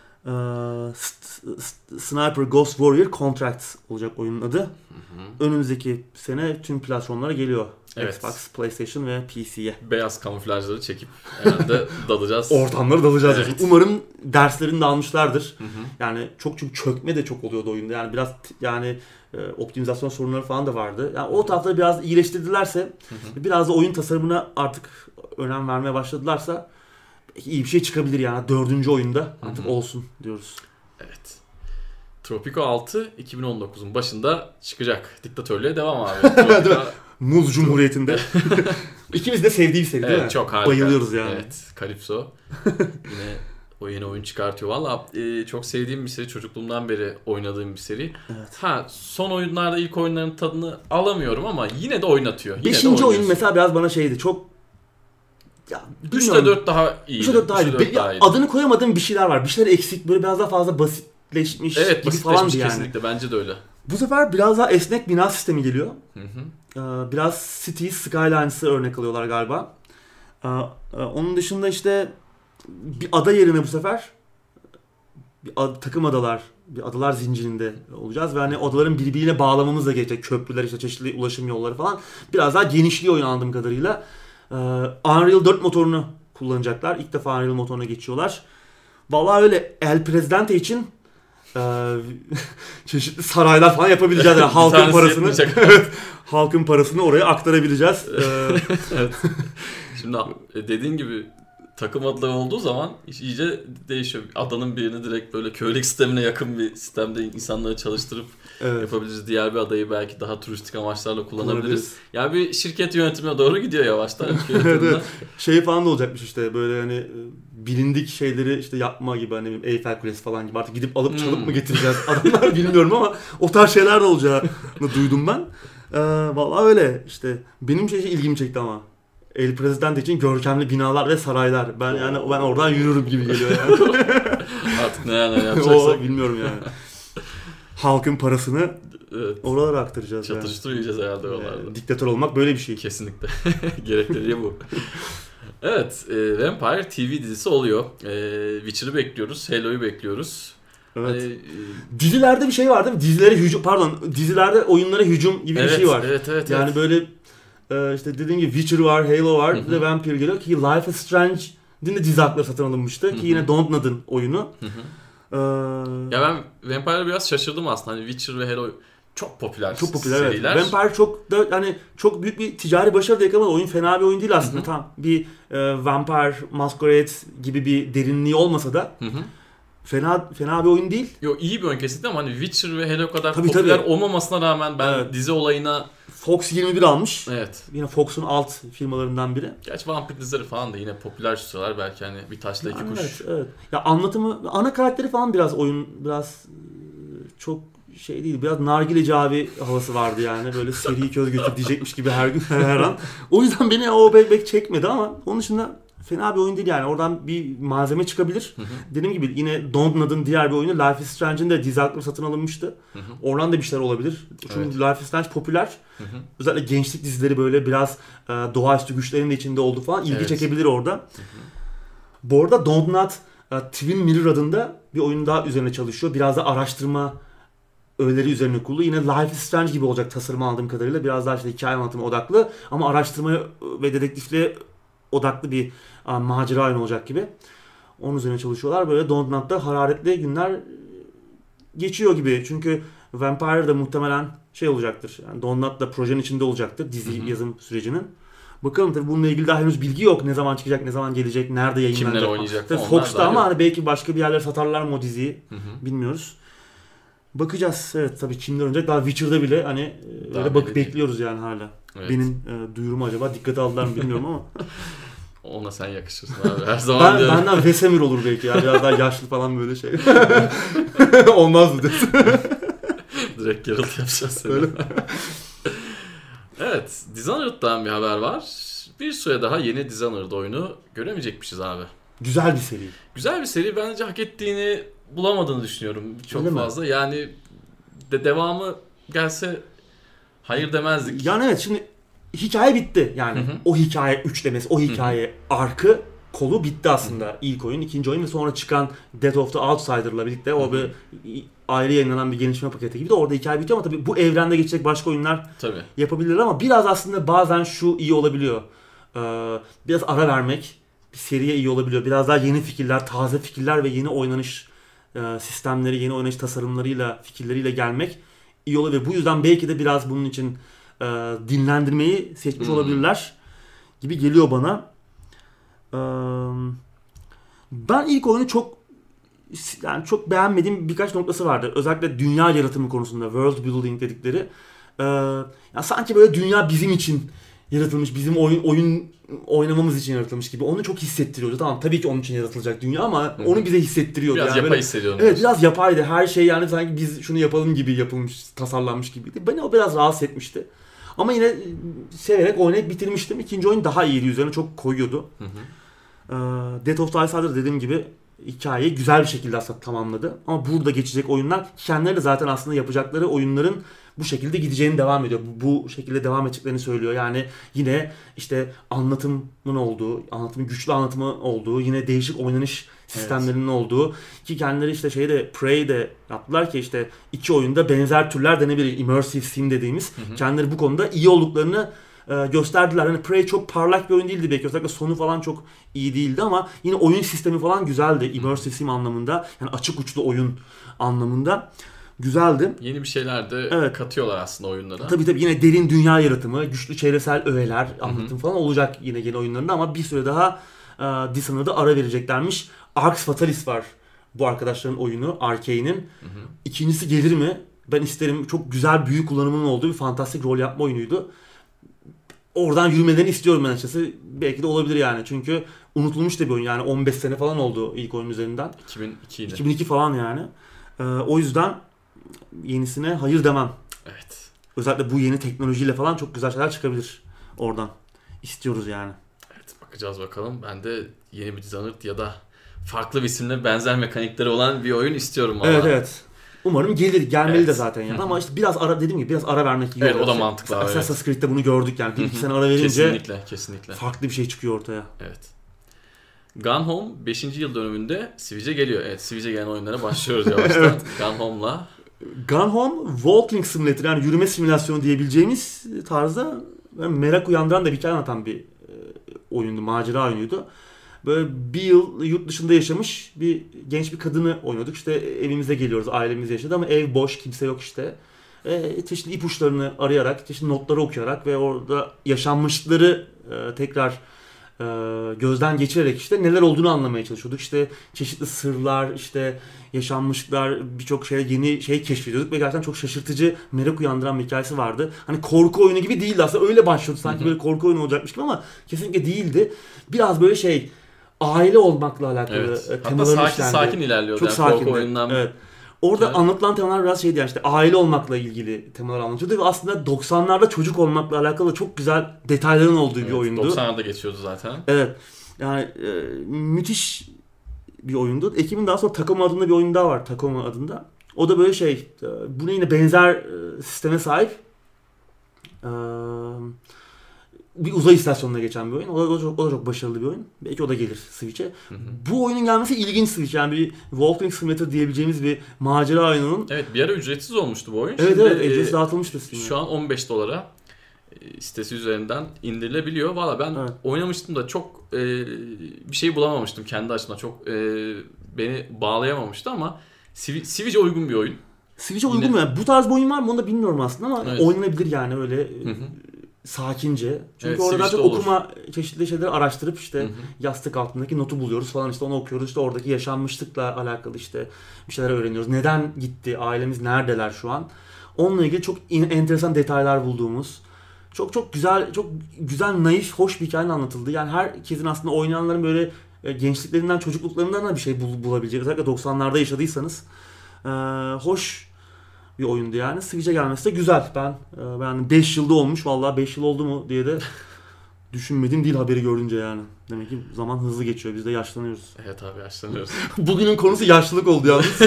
Sniper Ghost Warrior Contracts olacak oyunun adı. Önümüzdeki sene tüm platformlara geliyor. Evet. Xbox, PlayStation ve PC'ye. Beyaz kamuflajları çekip herhalde dalacağız. Ortamları dalacağız. Evet. Umarım derslerini de almışlardır. Yani çünkü çökme de çok oluyordu oyunda. Yani biraz optimizasyon sorunları falan da vardı. Yani o tarafları biraz iyileştirdilerse, biraz da oyun tasarımına artık önem vermeye başladılarsa iyi bir şey çıkabilir yani. 4. oyunda artık olsun diyoruz. Evet. Tropico 6 2019'un başında çıkacak. Diktatörlüğe devam abi. Muz Cumhuriyeti'nde. İkimiz de sevdiği bir seri değil mi? Evet, çok harika. Bayılıyoruz yani. Evet, Calypso. Yine o yeni oyun çıkartıyor. Valla çok sevdiğim bir seri. Çocukluğumdan beri oynadığım bir seri. Evet. Son oyunlarda ilk oyunların tadını alamıyorum ama yine de oynatıyor. 5. oyun mesela biraz bana şeydi. Çok 3'te 4 daha iyi. 3'te 4 daha iyi. Adını koyamadığım bir şeyler var. Bir şeyler eksik. Böyle biraz daha fazla basitleşmiş gibi falan yani. Kesinlikle. Bence de öyle. Bu sefer biraz daha esnek bina sistemi geliyor. Biraz Cities, Skylines'ı örnek alıyorlar galiba. Onun dışında işte bir ada yerine bu sefer takım adalar, bir adalar zincirinde olacağız ve hani adaların birbirine bağlamamız da gerekecek. Köprüler, işte çeşitli ulaşım yolları falan. Biraz daha genişliyor oyun anladığım kadarıyla. Unreal 4 motorunu kullanacaklar. İlk defa Unreal motoruna geçiyorlar. Vallahi öyle El Presidente için çeşitli saraylar falan yapabileceğiz. Yani halkın parasını oraya aktarabileceğiz. Evet. Şimdi dediğin gibi takım adları olduğu zaman iyice değişiyor. Adanın birini direkt böyle köylük sistemine yakın bir sistemde insanları çalıştırıp yapabiliriz. Diğer bir adayı belki daha turistik amaçlarla kullanabiliriz. Ya bir şirket yönetimine doğru gidiyor yavaştan. Şey falan da olacakmış işte böyle hani bilindik şeyleri işte yapma gibi, hani Eyfel Kulesi falan gibi artık gidip alıp çalıp mı getireceğiz adamlar bilmiyorum ama o tarz şeyler de olacağını duydum ben. Vallahi öyle işte benim ilgimi çekti ama. El Presidente için görkemli binalar ve saraylar. Ben oradan yürürüm gibi geliyor yani. Artık ne yapacaksak. Bilmiyorum yani. Halkın parasını oralara aktaracağız. Çatıştıracağız herhalde oralarda. Diktatör olmak böyle bir şey. Kesinlikle. Gerekleri bu. Evet. Vampire TV dizisi oluyor. Witcher'ı bekliyoruz. Halo'yu bekliyoruz. Evet. Dizilerde bir şey var değil mi? Dizilerde oyunlara hücum gibi bir şey var. Evet. Yani böyle işte dediğim gibi Witcher var, Halo var, bir de Vampire geliyor ki Life is Strange'in de dizi hakları satın alınmıştı ki yine Dontnod'un oyunu. Ya ben Vampire'a biraz şaşırdım aslında. Hani Witcher ve Halo çok popüler seriler. Evet. Vampire çok da hani çok büyük bir ticari başarı da yakaladı. Oyun fena bir oyun değil aslında. Tam bir Vampire Masquerade gibi bir derinliği olmasa da Fena bir oyun değil. Yo, iyi bir oyun kesinlikle ama hani Witcher ve hele o kadar Tabii, popüler olmamasına rağmen ben dizi olayına... Fox 21 almış. Evet. Yine Fox'un alt firmalarından biri. Gerçi vampir dizileri falan da yine popüler tutuyorlar belki hani bir taşla iki kuş. Evet. Ya anlatımı, ana karakteri falan biraz çok şey değil. Biraz nargileci abi havası vardı yani. Böyle seri köz götür diyecekmiş gibi her gün her an. O yüzden beni o pek çekmedi ama onun dışında fena bir oyun değil yani. Oradan bir malzeme çıkabilir. Dediğim gibi yine Dontnod'un diğer bir oyunu Life is Strange'in de dizi hakları satın alınmıştı. Oradan da bir şeyler olabilir. Çünkü Life is Strange popüler. Özellikle gençlik dizileri böyle biraz doğaüstü güçlerin de içinde oldu falan. İlgi çekebilir orada. Bu arada Dontnod Twin Mirror adında bir oyun daha üzerine çalışıyor. Biraz da araştırma öğeleri üzerine kurulu. Yine Life is Strange gibi olacak tasarımı aldığım kadarıyla. Biraz daha işte hikaye anlatımı odaklı. Ama araştırmaya ve dedektifliğe odaklı bir macera oyunu olacak gibi. Onun üzerine çalışıyorlar. Böyle Dontnod'da hararetli günler geçiyor gibi. Çünkü Vampire da muhtemelen şey olacaktır. Yani Dontnod da projenin içinde olacaktır. Dizi yazım sürecinin. Bakalım tabii bununla ilgili daha henüz bilgi yok. Ne zaman çıkacak, ne zaman gelecek, nerede yayınlanacak. Kimler oynayacak falan. Fox'ta ama hani belki başka bir yerlere satarlar mı o diziyi bilmiyoruz. Bakacağız. Evet tabii kimler oynayacak. Daha Witcher'da bile hani öyle bekliyoruz yani hala. Evet. Benim duyurumu acaba dikkate aldılar mı bilmiyorum ama. Ona sen yakışırsın abi. Her zaman diyorum. Benden Vesemir olur belki ya. Biraz daha yaşlı falan böyle şey. Olmaz mı diyorsun? Direkt Geralt yapacağız seni. Öyle. Evet. Dishonored'dan bir haber var. Bir süre daha yeni Dishonored oyunu göremeyecekmişiz abi. Güzel bir seri. Güzel bir seri. Bence hak ettiğini bulamadığını düşünüyorum çok öyle fazla. Mi? Yani devamı gelse hayır demezdik. Yani evet şimdi hikaye bitti. Yani o hikaye üçlemesi, o hikaye arkı kolu bitti aslında. İlk oyun, ikinci oyun ve sonra çıkan Death of the Outsider'la birlikte o bir ayrı yayınlanan bir gelişme paketi gibi de orada hikaye bitiyor ama tabii bu evrende geçecek başka oyunlar yapabilirler ama biraz aslında bazen şu iyi olabiliyor. Biraz ara vermek bir seriye iyi olabiliyor. Biraz daha yeni fikirler, taze fikirler ve yeni oynanış sistemleri, yeni oynanış tasarımlarıyla, fikirleriyle gelmek iyi olabilir. Bu yüzden belki de biraz bunun için dinlendirmeyi seçmiş olabilirler gibi geliyor bana. Ben ilk oyunu çok beğenmediğim birkaç noktası vardı. Özellikle dünya yaratımı konusunda, world building dedikleri. Yani sanki böyle dünya bizim için yaratılmış, bizim oyun oynamamız için yaratılmış gibi. Onu çok hissettiriyordu. Tamam tabii ki onun için yaratılacak dünya ama onu bize hissettiriyordu. Biraz yani yapay hissediyordum. Evet biraz yapaydı. Her şey yani sanki biz şunu yapalım gibi yapılmış, tasarlanmış gibiydi. Beni o biraz rahatsız etmişti. Ama yine severek oynayıp bitirmiştim. İkinci oyun daha iyiydi. Üzerine çok koyuyordu. Death of the Outsider dediğim gibi hikayeyi güzel bir şekilde aslında tamamladı. Ama burada geçecek oyunlar kendileri de zaten aslında yapacakları oyunların bu şekilde gideceğini devam ediyor. Bu şekilde devam edeceklerini söylüyor. Yani yine işte anlatımın güçlü anlatımı olduğu, yine değişik oynanış sistemlerinin olduğu ki kendileri işte Prey'de yaptılar ki işte iki oyunda benzer türler denebilir. Immersive sim dediğimiz. Kendileri bu konuda iyi olduklarını gösterdiler. Hani Prey çok parlak bir oyun değildi belki. Özellikle sonu falan çok iyi değildi ama yine oyun sistemi falan güzeldi. Immersive sim anlamında. Yani açık uçlu oyun anlamında. Güzeldi. Yeni bir şeyler de katıyorlar aslında oyunlara. Tabii yine derin dünya yaratımı, güçlü çevresel öğeler, anlatım falan olacak yine yeni oyunlarında ama bir süre daha Dishonored'a ara vereceklermiş. Arx Fatalis var bu arkadaşların oyunu, Arkane'in. İkincisi gelir mi? Ben isterim. Çok güzel büyü kullanımının olduğu bir fantastik rol yapma oyunuydu. Oradan yürümelerini istiyorum ben açıkçası. Belki de olabilir yani. Çünkü unutulmuş da bir oyun. Yani 15 sene falan oldu ilk oyun üzerinden. 2002 falan yani. O yüzden yenisine hayır demem. Evet. Özellikle bu yeni teknolojiyle falan çok güzel şeyler çıkabilir oradan. İstiyoruz yani. Evet bakacağız bakalım. Ben de yeni bir Dishonored ya da farklı bir isimle benzer mekanikleri olan bir oyun istiyorum valla. Evet. Umarım gelmeli de zaten yani. Ama işte biraz ara dediğim gibi biraz ara vermek iyi. Evet o da mantıklı. Assassin's Creed'de bunu gördük yani. 1-2 sene ara verince kesinlikle. Farklı bir şey çıkıyor ortaya. Evet. Gone Home 5. yıl dönümünde Switch'e geliyor. Evet Switch'e gelen oyunlara başlıyoruz yavaştan. Gone Home'la. Gone Home Walking Simulator yani yürüme simülasyonu diyebileceğimiz tarzda merak uyandıran da bir hikaye anlatan bir oyundu. Macera oyunuydu. Böyle bir yıl yurt dışında yaşamış genç bir kadını oynuyorduk. İşte evimize geliyoruz, ailemiz yaşadı ama ev boş, kimse yok işte. Çeşitli ipuçlarını arayarak, çeşitli notları okuyarak ve orada yaşanmışları tekrar gözden geçirerek işte neler olduğunu anlamaya çalışıyorduk. İşte çeşitli sırlar, işte yaşanmışlıklar, birçok yeni şey keşfediyorduk ve gerçekten çok şaşırtıcı, merak uyandıran bir hikayesi vardı. Hani korku oyunu gibi değildi aslında. Öyle başlıyordu sanki böyle korku oyunu olacakmış gibi ama kesinlikle değildi. Biraz böyle aile olmakla alakalı temaların hatta sakin ilerliyordu. Çok yani sakindi. Oyundan... Evet. Orada anlatılan temalar biraz yani işte aile olmakla ilgili temalar anlatıyordu ve aslında 90'larda çocuk olmakla alakalı çok güzel detayların olduğu bir oyundu. 90'larda geçiyordu zaten. Evet. Yani müthiş bir oyundu. Ekibin daha sonra Tacoma adında bir oyun daha var. Tacoma adında. O da böyle buna yine benzer sisteme sahip. Bir uzay istasyonuna geçen bir oyun. O da çok başarılı bir oyun. Belki o da gelir Switch'e. Bu oyunun gelmesi ilginç Switch. Yani bir Walking Simulator diyebileceğimiz bir macera oyununun. Evet, bir ara ücretsiz olmuştu bu oyun. Evet. Şimdi, ücretsiz dağıtılmıştı Steam'e. Şu an $15 sitesi üzerinden indirilebiliyor. Valla ben oynamıştım da çok bir şey bulamamıştım kendi açımdan. Çok beni bağlayamamıştı ama Switch'e uygun bir oyun. Switch'e uygun mu? Yani bu tarz bir oyun var mı onu da bilmiyorum aslında ama oynanabilir yani öyle sakince. Çünkü orada daha çok okuma, çeşitli şeyleri araştırıp işte yastık altındaki notu buluyoruz falan, işte onu okuyoruz, işte oradaki yaşanmışlıkla alakalı işte bir şeyler öğreniyoruz. Neden gitti? Ailemiz neredeler şu an? Onunla ilgili çok enteresan detaylar bulduğumuz, çok güzel, naif, hoş bir hikayenin anlatıldığı. Yani herkesin aslında oynayanların böyle gençliklerinden, çocukluklarından da bir şey bulabileceği. Özellikle 90'larda yaşadıysanız hoş bir oyundu yani. Switch'e gelmesi de güzel. Ben 5 yılda olmuş. Vallahi 5 yıl oldu mu diye de düşünmedim değil haberi görünce yani. Demek ki zaman hızlı geçiyor. Biz de yaşlanıyoruz. Evet abi, yaşlanıyoruz. Bugünün konusu yaşlılık oldu yalnız.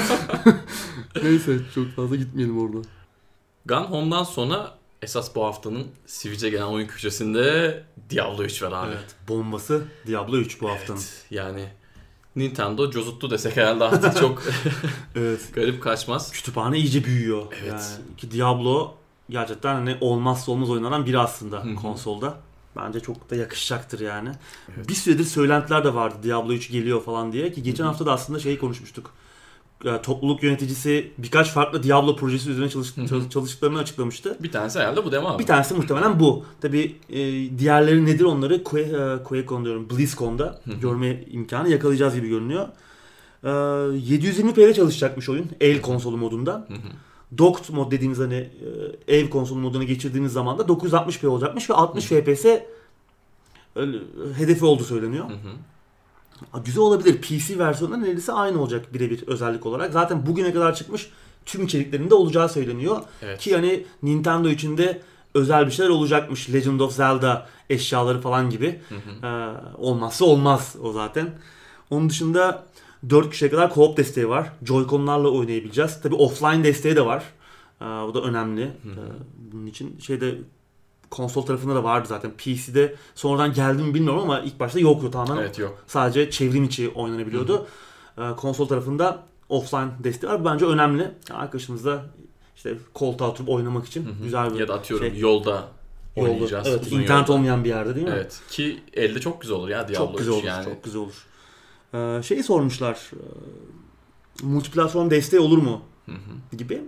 Neyse, çok fazla gitmeyelim orada. Gone Home'dan sonra esas bu haftanın Switch'e gelen oyun köşesinde Diablo 3 var abi. Evet, bombası Diablo 3 bu haftanın. Yani Nintendo cozuttu desek herhalde artık çok garip kaçmaz. Kütüphane iyice büyüyor. Evet. Yani ki Diablo gerçekten hani olmazsa olmaz oyunlardan biri aslında konsolda. Bence çok da yakışacaktır yani. Evet. Bir süredir söylentiler de vardı Diablo 3 geliyor falan diye ki geçen hafta da aslında konuşmuştuk. Topluluk yöneticisi birkaç farklı Diablo projesi üzerine çalıştıklarını açıklamıştı. Bir tanesi herhalde bu, değil mi abi? Bir tanesi muhtemelen bu. Tabii diğerleri nedir onları QuakeCon diyorum, BlizzCon'da görme imkanı yakalayacağız gibi görünüyor. 720p'de çalışacakmış oyun el konsolu modunda. Docked mod dediğimiz hani ev konsolu moduna geçirdiğimiz zaman da 960p olacakmış ve 60 FPS hedefi olduğu söyleniyor. Güzel olabilir. PC versiyonunda neredeyse aynı olacak birebir özellik olarak. Zaten bugüne kadar çıkmış tüm içeriklerinde olacağı söyleniyor. Evet. Ki hani Nintendo için de özel bir şeyler olacakmış. Legend of Zelda eşyaları falan gibi. Olmazsa olmaz o zaten. Onun dışında 4 kişiye kadar co-op desteği var. Joy-Con'larla oynayabileceğiz. Tabii offline desteği de var. O da önemli. Bunun için konsol tarafında da vardı zaten. PC'de sonradan geldi mi bilmiyorum ama ilk başta yoktu tamamen. Evet, yok. Sadece çevrim içi oynanabiliyordu. Konsol tarafında offline desteği var. Bence önemli. Arkadaşımızla işte koltuğa oturup oynamak için güzel bir ya da atıyorum yolda oynayacağız. Evet, uzun internet yolda olmayan bir yerde değil mi? Evet. Ki elde çok güzel olur ya Diablo 3 çok güzel olur, yani. Çok güzel olur. Sormuşlar. Multiplatform desteği olur mu? Gibi.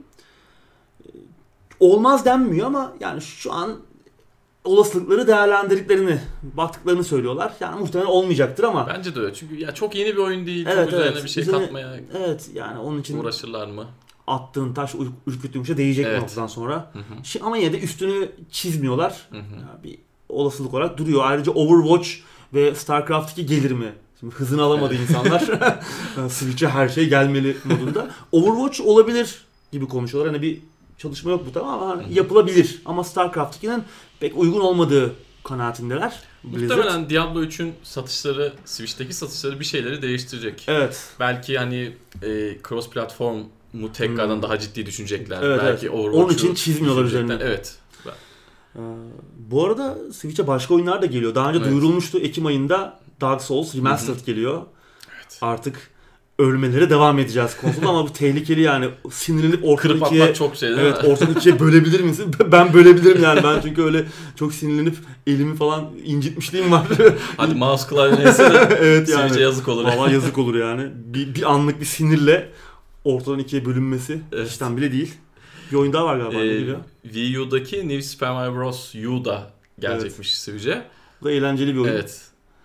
Olmaz denmiyor ama yani şu an olasılıkları değerlendirdiklerini, baktıklarını söylüyorlar. Yani muhtemelen olmayacaktır ama. Bence de öyle. Çünkü ya çok yeni bir oyun değil. Evet, çok üzerine bir şey katmaya yani onun için uğraşırlar mı? Attığın taş, ürküttüğün şey değecek bir noktadan sonra. Ama yine de üstünü çizmiyorlar. Yani bir olasılık olarak duruyor. Ayrıca Overwatch ve StarCraft 2 gelir mi? Şimdi hızını alamadı insanlar. Switch'e her şey gelmeli modunda. Overwatch olabilir gibi konuşuyorlar. Hani bir çalışma yok bu, tamam ama yapılabilir. Ama StarCraft 2'nin pek uygun olmadığı kanaatindeler. Muhtemelen Diablo 3'ün satışları, Switch'teki satışları bir şeyleri değiştirecek. Evet. Belki hani cross platformu tekrardan daha ciddi düşünecekler. Evet, belki Onun için çizmiyorlar üzerine. Evet. Bu arada Switch'e başka oyunlar da geliyor. Daha önce duyurulmuştu. Ekim ayında Dark Souls Remastered geliyor. Evet. Artık ölmelere devam edeceğiz konsolda ama bu tehlikeli yani. Sinirlenip ortadan ikiye, çok şey değil mi? Ortadan ikiye bölebilir misin? Ben bölebilirim yani. Ben çünkü öyle çok sinirlenip elimi falan incitmişliğim var. Hadi mouse klavyesi de evet yani. Switch'e yazık olur. Vallahi yazık olur yani. Bir anlık bir sinirle ortadan ikiye bölünmesi işten bile değil. Bir oyun daha var galiba. Wii U'daki New Super Mario Bros. U da gelecekmiş Switch'e. Bu da eğlenceli bir oyun. Evet.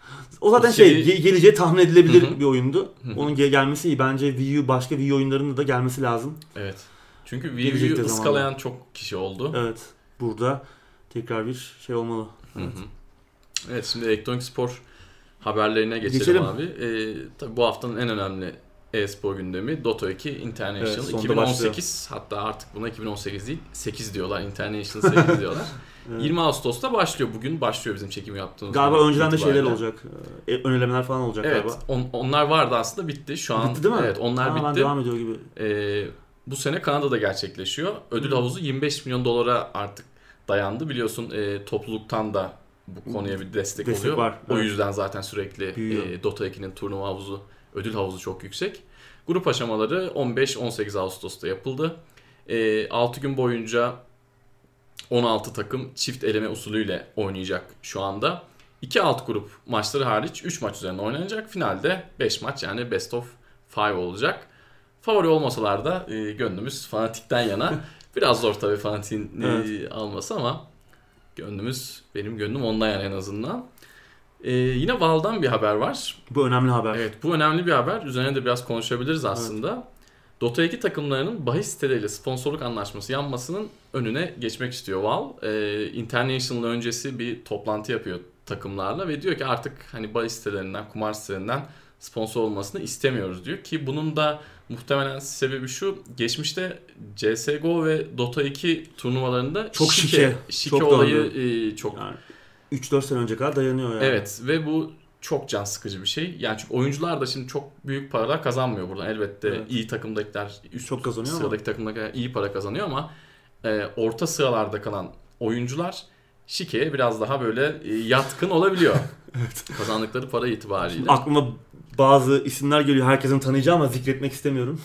O zaten geleceği tahmin edilebilir bir oyundu. Onun gelmesi iyi. Bence Wii U, başka Wii U oyunlarının da gelmesi lazım. Evet. Çünkü Wii U'yu ıskalayan çok kişi oldu. Evet. Burada tekrar bir şey olmalı. Evet. Evet, şimdi elektronik spor haberlerine geçelim. Abi. Tabii bu haftanın en önemli e-spor gündemi Dota 2 International 2018. Hatta artık buna 2018 değil 8 diyorlar. International 8 diyorlar. Evet. 20 Ağustos'ta başlıyor. Bugün başlıyor bizim çekim yaptığımız. Galiba önceden de şeyler olacak. Önelemeler falan olacak galiba. Evet. Onlar vardı aslında, bitti. Şu an bitti değil mi? Evet, onlar bitti. Devam ediyor gibi. Bu sene Kanada'da gerçekleşiyor. Ödül havuzu 25 milyon dolara artık dayandı. Biliyorsun topluluktan da bu konuya bir destek oluyor. Var. O yüzden zaten sürekli Dota 2'nin turnuva havuzu, ödül havuzu çok yüksek. Grup aşamaları 15-18 Ağustos'ta yapıldı. 6 gün boyunca 16 takım çift eleme usulüyle oynayacak şu anda. 2 alt grup maçları hariç 3 maç üzerinde oynanacak. Finalde 5 maç, yani best of 5 olacak. Favori olmasalar da gönlümüz Fnatic'ten yana. Biraz zor tabii Fnatic'in alması ama benim gönlüm ondan yana en azından. Yine Valve'dan bir haber var. Bu önemli haber. Evet, bu önemli bir haber. Üzerine de biraz konuşabiliriz aslında. Evet. Dota 2 takımlarının bahis siteleriyle sponsorluk anlaşması yanmasının önüne geçmek istiyor Valve. International öncesi bir toplantı yapıyor takımlarla ve diyor ki artık hani bahis sitelerinden, kumar sitelerinden sponsor olmasını istemiyoruz diyor ki bunun da muhtemelen sebebi şu: geçmişte CSGO ve Dota 2 turnuvalarında çok şike olayı çok yani 3-4 sene önce kadar dayanıyor yani. Evet ve bu çok can sıkıcı bir şey. Yani çünkü oyuncular da şimdi çok büyük paralar kazanmıyor buradan. Elbette iyi takımdakiler, üst çok kazanıyor sıradaki takımdakiler iyi para kazanıyor ama orta sıralarda kalan oyuncular şikeye biraz daha böyle yatkın olabiliyor. Evet. Kazandıkları para itibariyle. Şimdi aklıma bazı isimler geliyor. Herkesin tanıyacağı ama zikretmek istemiyorum.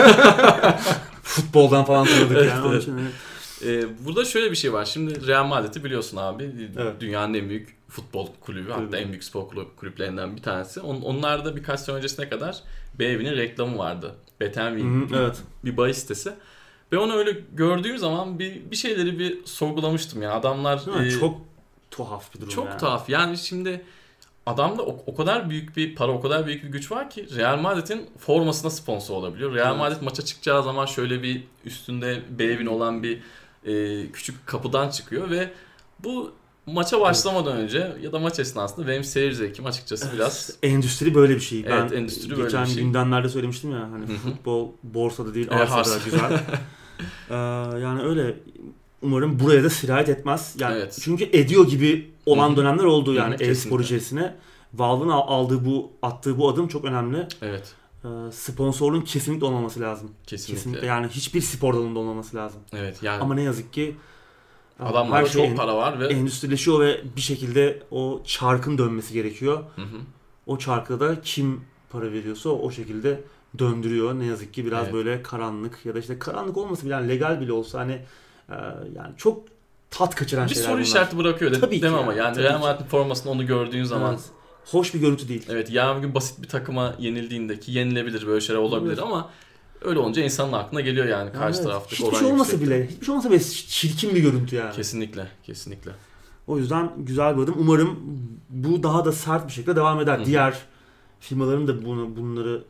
Futboldan falan tanıdık evet, yani. Evet. Burada şöyle bir şey var. Şimdi Real Madrid'i biliyorsun abi. Evet. Dünyanın en büyük futbol kulübü. Hatta en büyük spor kulüplerinden bir tanesi. Onlarda birkaç sene öncesine kadar BV'nin reklamı vardı. Betenwin bir bahis sitesi. Ve onu öyle gördüğüm zaman bir şeyleri bir sorgulamıştım ya. Adamlar çok tuhaf bir durum. Çok tuhaf. Yani şimdi adamda o kadar büyük bir para, o kadar büyük bir güç var ki Real Madrid'in formasına sponsor olabiliyor. Real Madrid maça çıkacağı zaman şöyle bir üstünde BV'nin olan bir küçük kapıdan çıkıyor ve bu maça başlamadan önce ya da maç esnasında benim seyir zevkim açıkçası biraz... Endüstri böyle bir şey. Evet, ben endüstri böyle bir şey. Geçen gündemlerde söylemiştim ya, hani futbol borsada değil arsada güzel. Yani öyle, umarım buraya da sirayet etmez. Yani çünkü ediyor gibi olan dönemler oldu yani e-spor içerisine. Valve'ın attığı bu adım çok önemli. Evet. Sponsorluğun kesinlikle olmaması lazım. Kesinlikle. Yani hiçbir spor dalında olmaması lazım. Evet yani. Ama ne yazık ki adamlarda çok para var ve endüstrileşiyor ve bir şekilde o çarkın dönmesi gerekiyor. O çarkta da kim para veriyorsa o şekilde döndürüyor. Ne yazık ki biraz böyle karanlık ya da işte karanlık olması bile, yani legal bile olsa hani yani çok tat kaçıran şeyler bunlar. Bir soru işareti bırakıyor değil mi ama yani Real Madrid formasında onu gördüğün zaman hoş bir görüntü değil. Evet, yarın bir gün basit bir takıma yenildiğinde, ki yenilebilir, böyle şeyler olabilir ama öyle olunca insanın aklına geliyor yani karşı taraftaki hiçbir şey olmasa bile, çirkin bir görüntü yani. Kesinlikle. O yüzden güzel bir adım. Umarım bu daha da sert bir şekilde devam eder. Diğer firmaların da bunları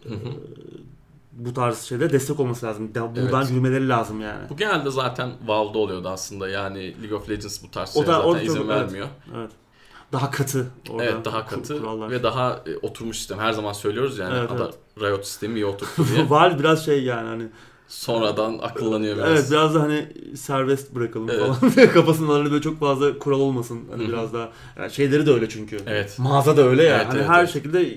bu tarz şeylere destek olması lazım. Buradan yürümeleri lazım yani. Bu genelde zaten Valve'da oluyordu aslında. Yani League of Legends bu tarz şeyler zaten izin vermiyor. Evet. Daha katı. Evet, daha katı ve daha oturmuş sistem. Her zaman söylüyoruz yani. Riot sistemi iyi oturttu diye. Valve biraz yani hani sonradan akıllanıyor biraz. Evet, biraz da hani serbest bırakalım falan. Kafasında böyle çok fazla kural olmasın. Hani biraz daha yani şeyleri de öyle çünkü. Evet. Mağaza da öyle ya. Hani her şekilde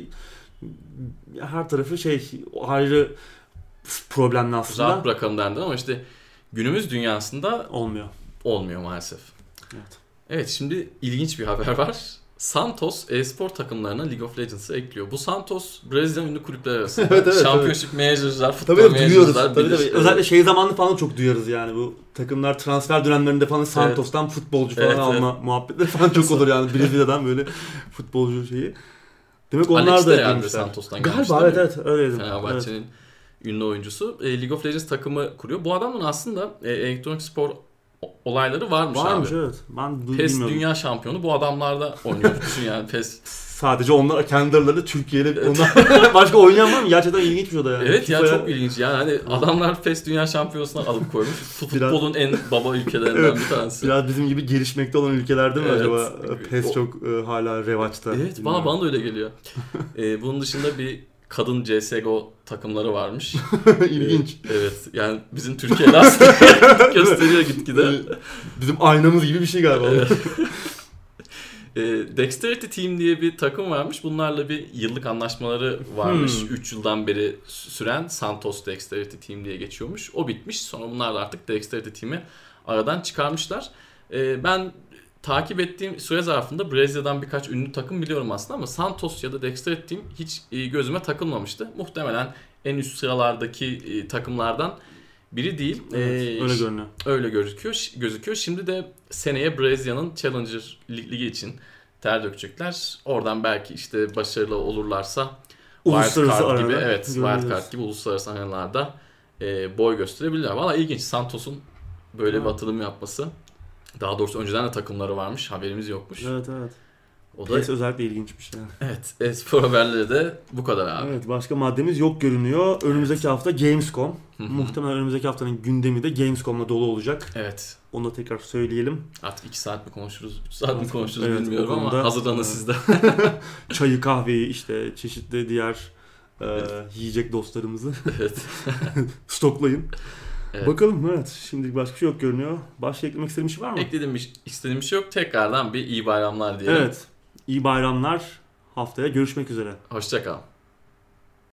her tarafı ayrı problemli aslında. Rahat bırakalım derdi ama işte günümüz dünyasında olmuyor maalesef. Evet, şimdi ilginç bir haber var. Santos e-spor takımlarına League of Legends'ı ekliyor. Bu Santos Brezilya ünlü kulüpler arasında. Championship Manager'lar, futbol manager'lar. Tabii. Özellikle zamanında falan çok duyarız yani, bu takımlar transfer dönemlerinde falan Santos'tan futbolcu falan alma muhabbetleri falan çok olur yani. Brezilya'dan böyle futbolcu şeyi. Demek onlar Alex da yani Santos'tan gelmiş. Galiba evet öyleydi. Fenerbahçe'nin ünlü oyuncusu. League of Legends takımı kuruyor. Bu adamın aslında elektronik spor olayları varmış abi. Evet. Ben PES dünya şampiyonu bu adamlarda oynuyor. Düşün yani PES sadece onlar kendi aralarında Türkiye'yle onlar başka oynayan var mı? Gerçekten ilginçmiş o da yani. Evet ya çok ilginç. Yani hani adamlar PES Dünya Şampiyonası'na alıp koymuş. Futbolun en baba ülkelerinden bir tanesi. Biraz bizim gibi gelişmekte olan ülkelerde mi acaba PES çok hala revaçta? Evet bana da öyle geliyor. Bunun dışında bir kadın CSGO takımları varmış. İlginç. Evet yani bizim Türkiye'de aslında gösteriyor gitgide. Bizim aynamız gibi bir şey galiba. Evet. Dexterity Team diye bir takım varmış. Bunlarla bir yıllık anlaşmaları varmış. 3 yıldan beri süren Santos Dexterity Team diye geçiyormuş. O bitmiş. Sonra bunlar da artık Dexterity Team'i aradan çıkarmışlar. Ben takip ettiğim süre zarfında Brezilya'dan birkaç ünlü takım biliyorum aslında ama Santos ya da Dexterity Team hiç gözüme takılmamıştı. Muhtemelen en üst sıralardaki takımlardan biri değil. Evet, öyle görünüyor. Öyle gözüküyor. Şimdi de seneye Brezilya'nın Challenger Ligi için ter dökecekler. Oradan belki işte başarılı olurlarsa Wildcard gibi, evet, Wildcard gibi uluslararası arenalarda boy gösterebilirler. Valla ilginç Santos'un böyle bir atılım yapması. Daha doğrusu önceden de takımları varmış. Haberimiz yokmuş. Evet. O da özellikle ilginçmiş yani. Evet. Espor haberleri de bu kadar abi. Evet. Başka maddemiz yok görünüyor. Önümüzdeki hafta Gamescom. Muhtemelen önümüzdeki haftanın gündemi de Gamescom'la dolu olacak. Evet. Onu da tekrar söyleyelim. Artık 2 saat mi konuşuruz, 3 saat mi konuşuruz bilmiyorum ama hazırlanın siz de. Çayı, kahveyi, işte çeşitli diğer yiyecek dostlarımızı stoklayın. Evet. Bakalım şimdilik başka bir şey yok görünüyor. Başka eklemek istediğim bir şey var mı? İstediğim bir şey yok. Tekrardan bir iyi bayramlar diyelim. Evet. İyi bayramlar. Haftaya görüşmek üzere. Hoşça kal.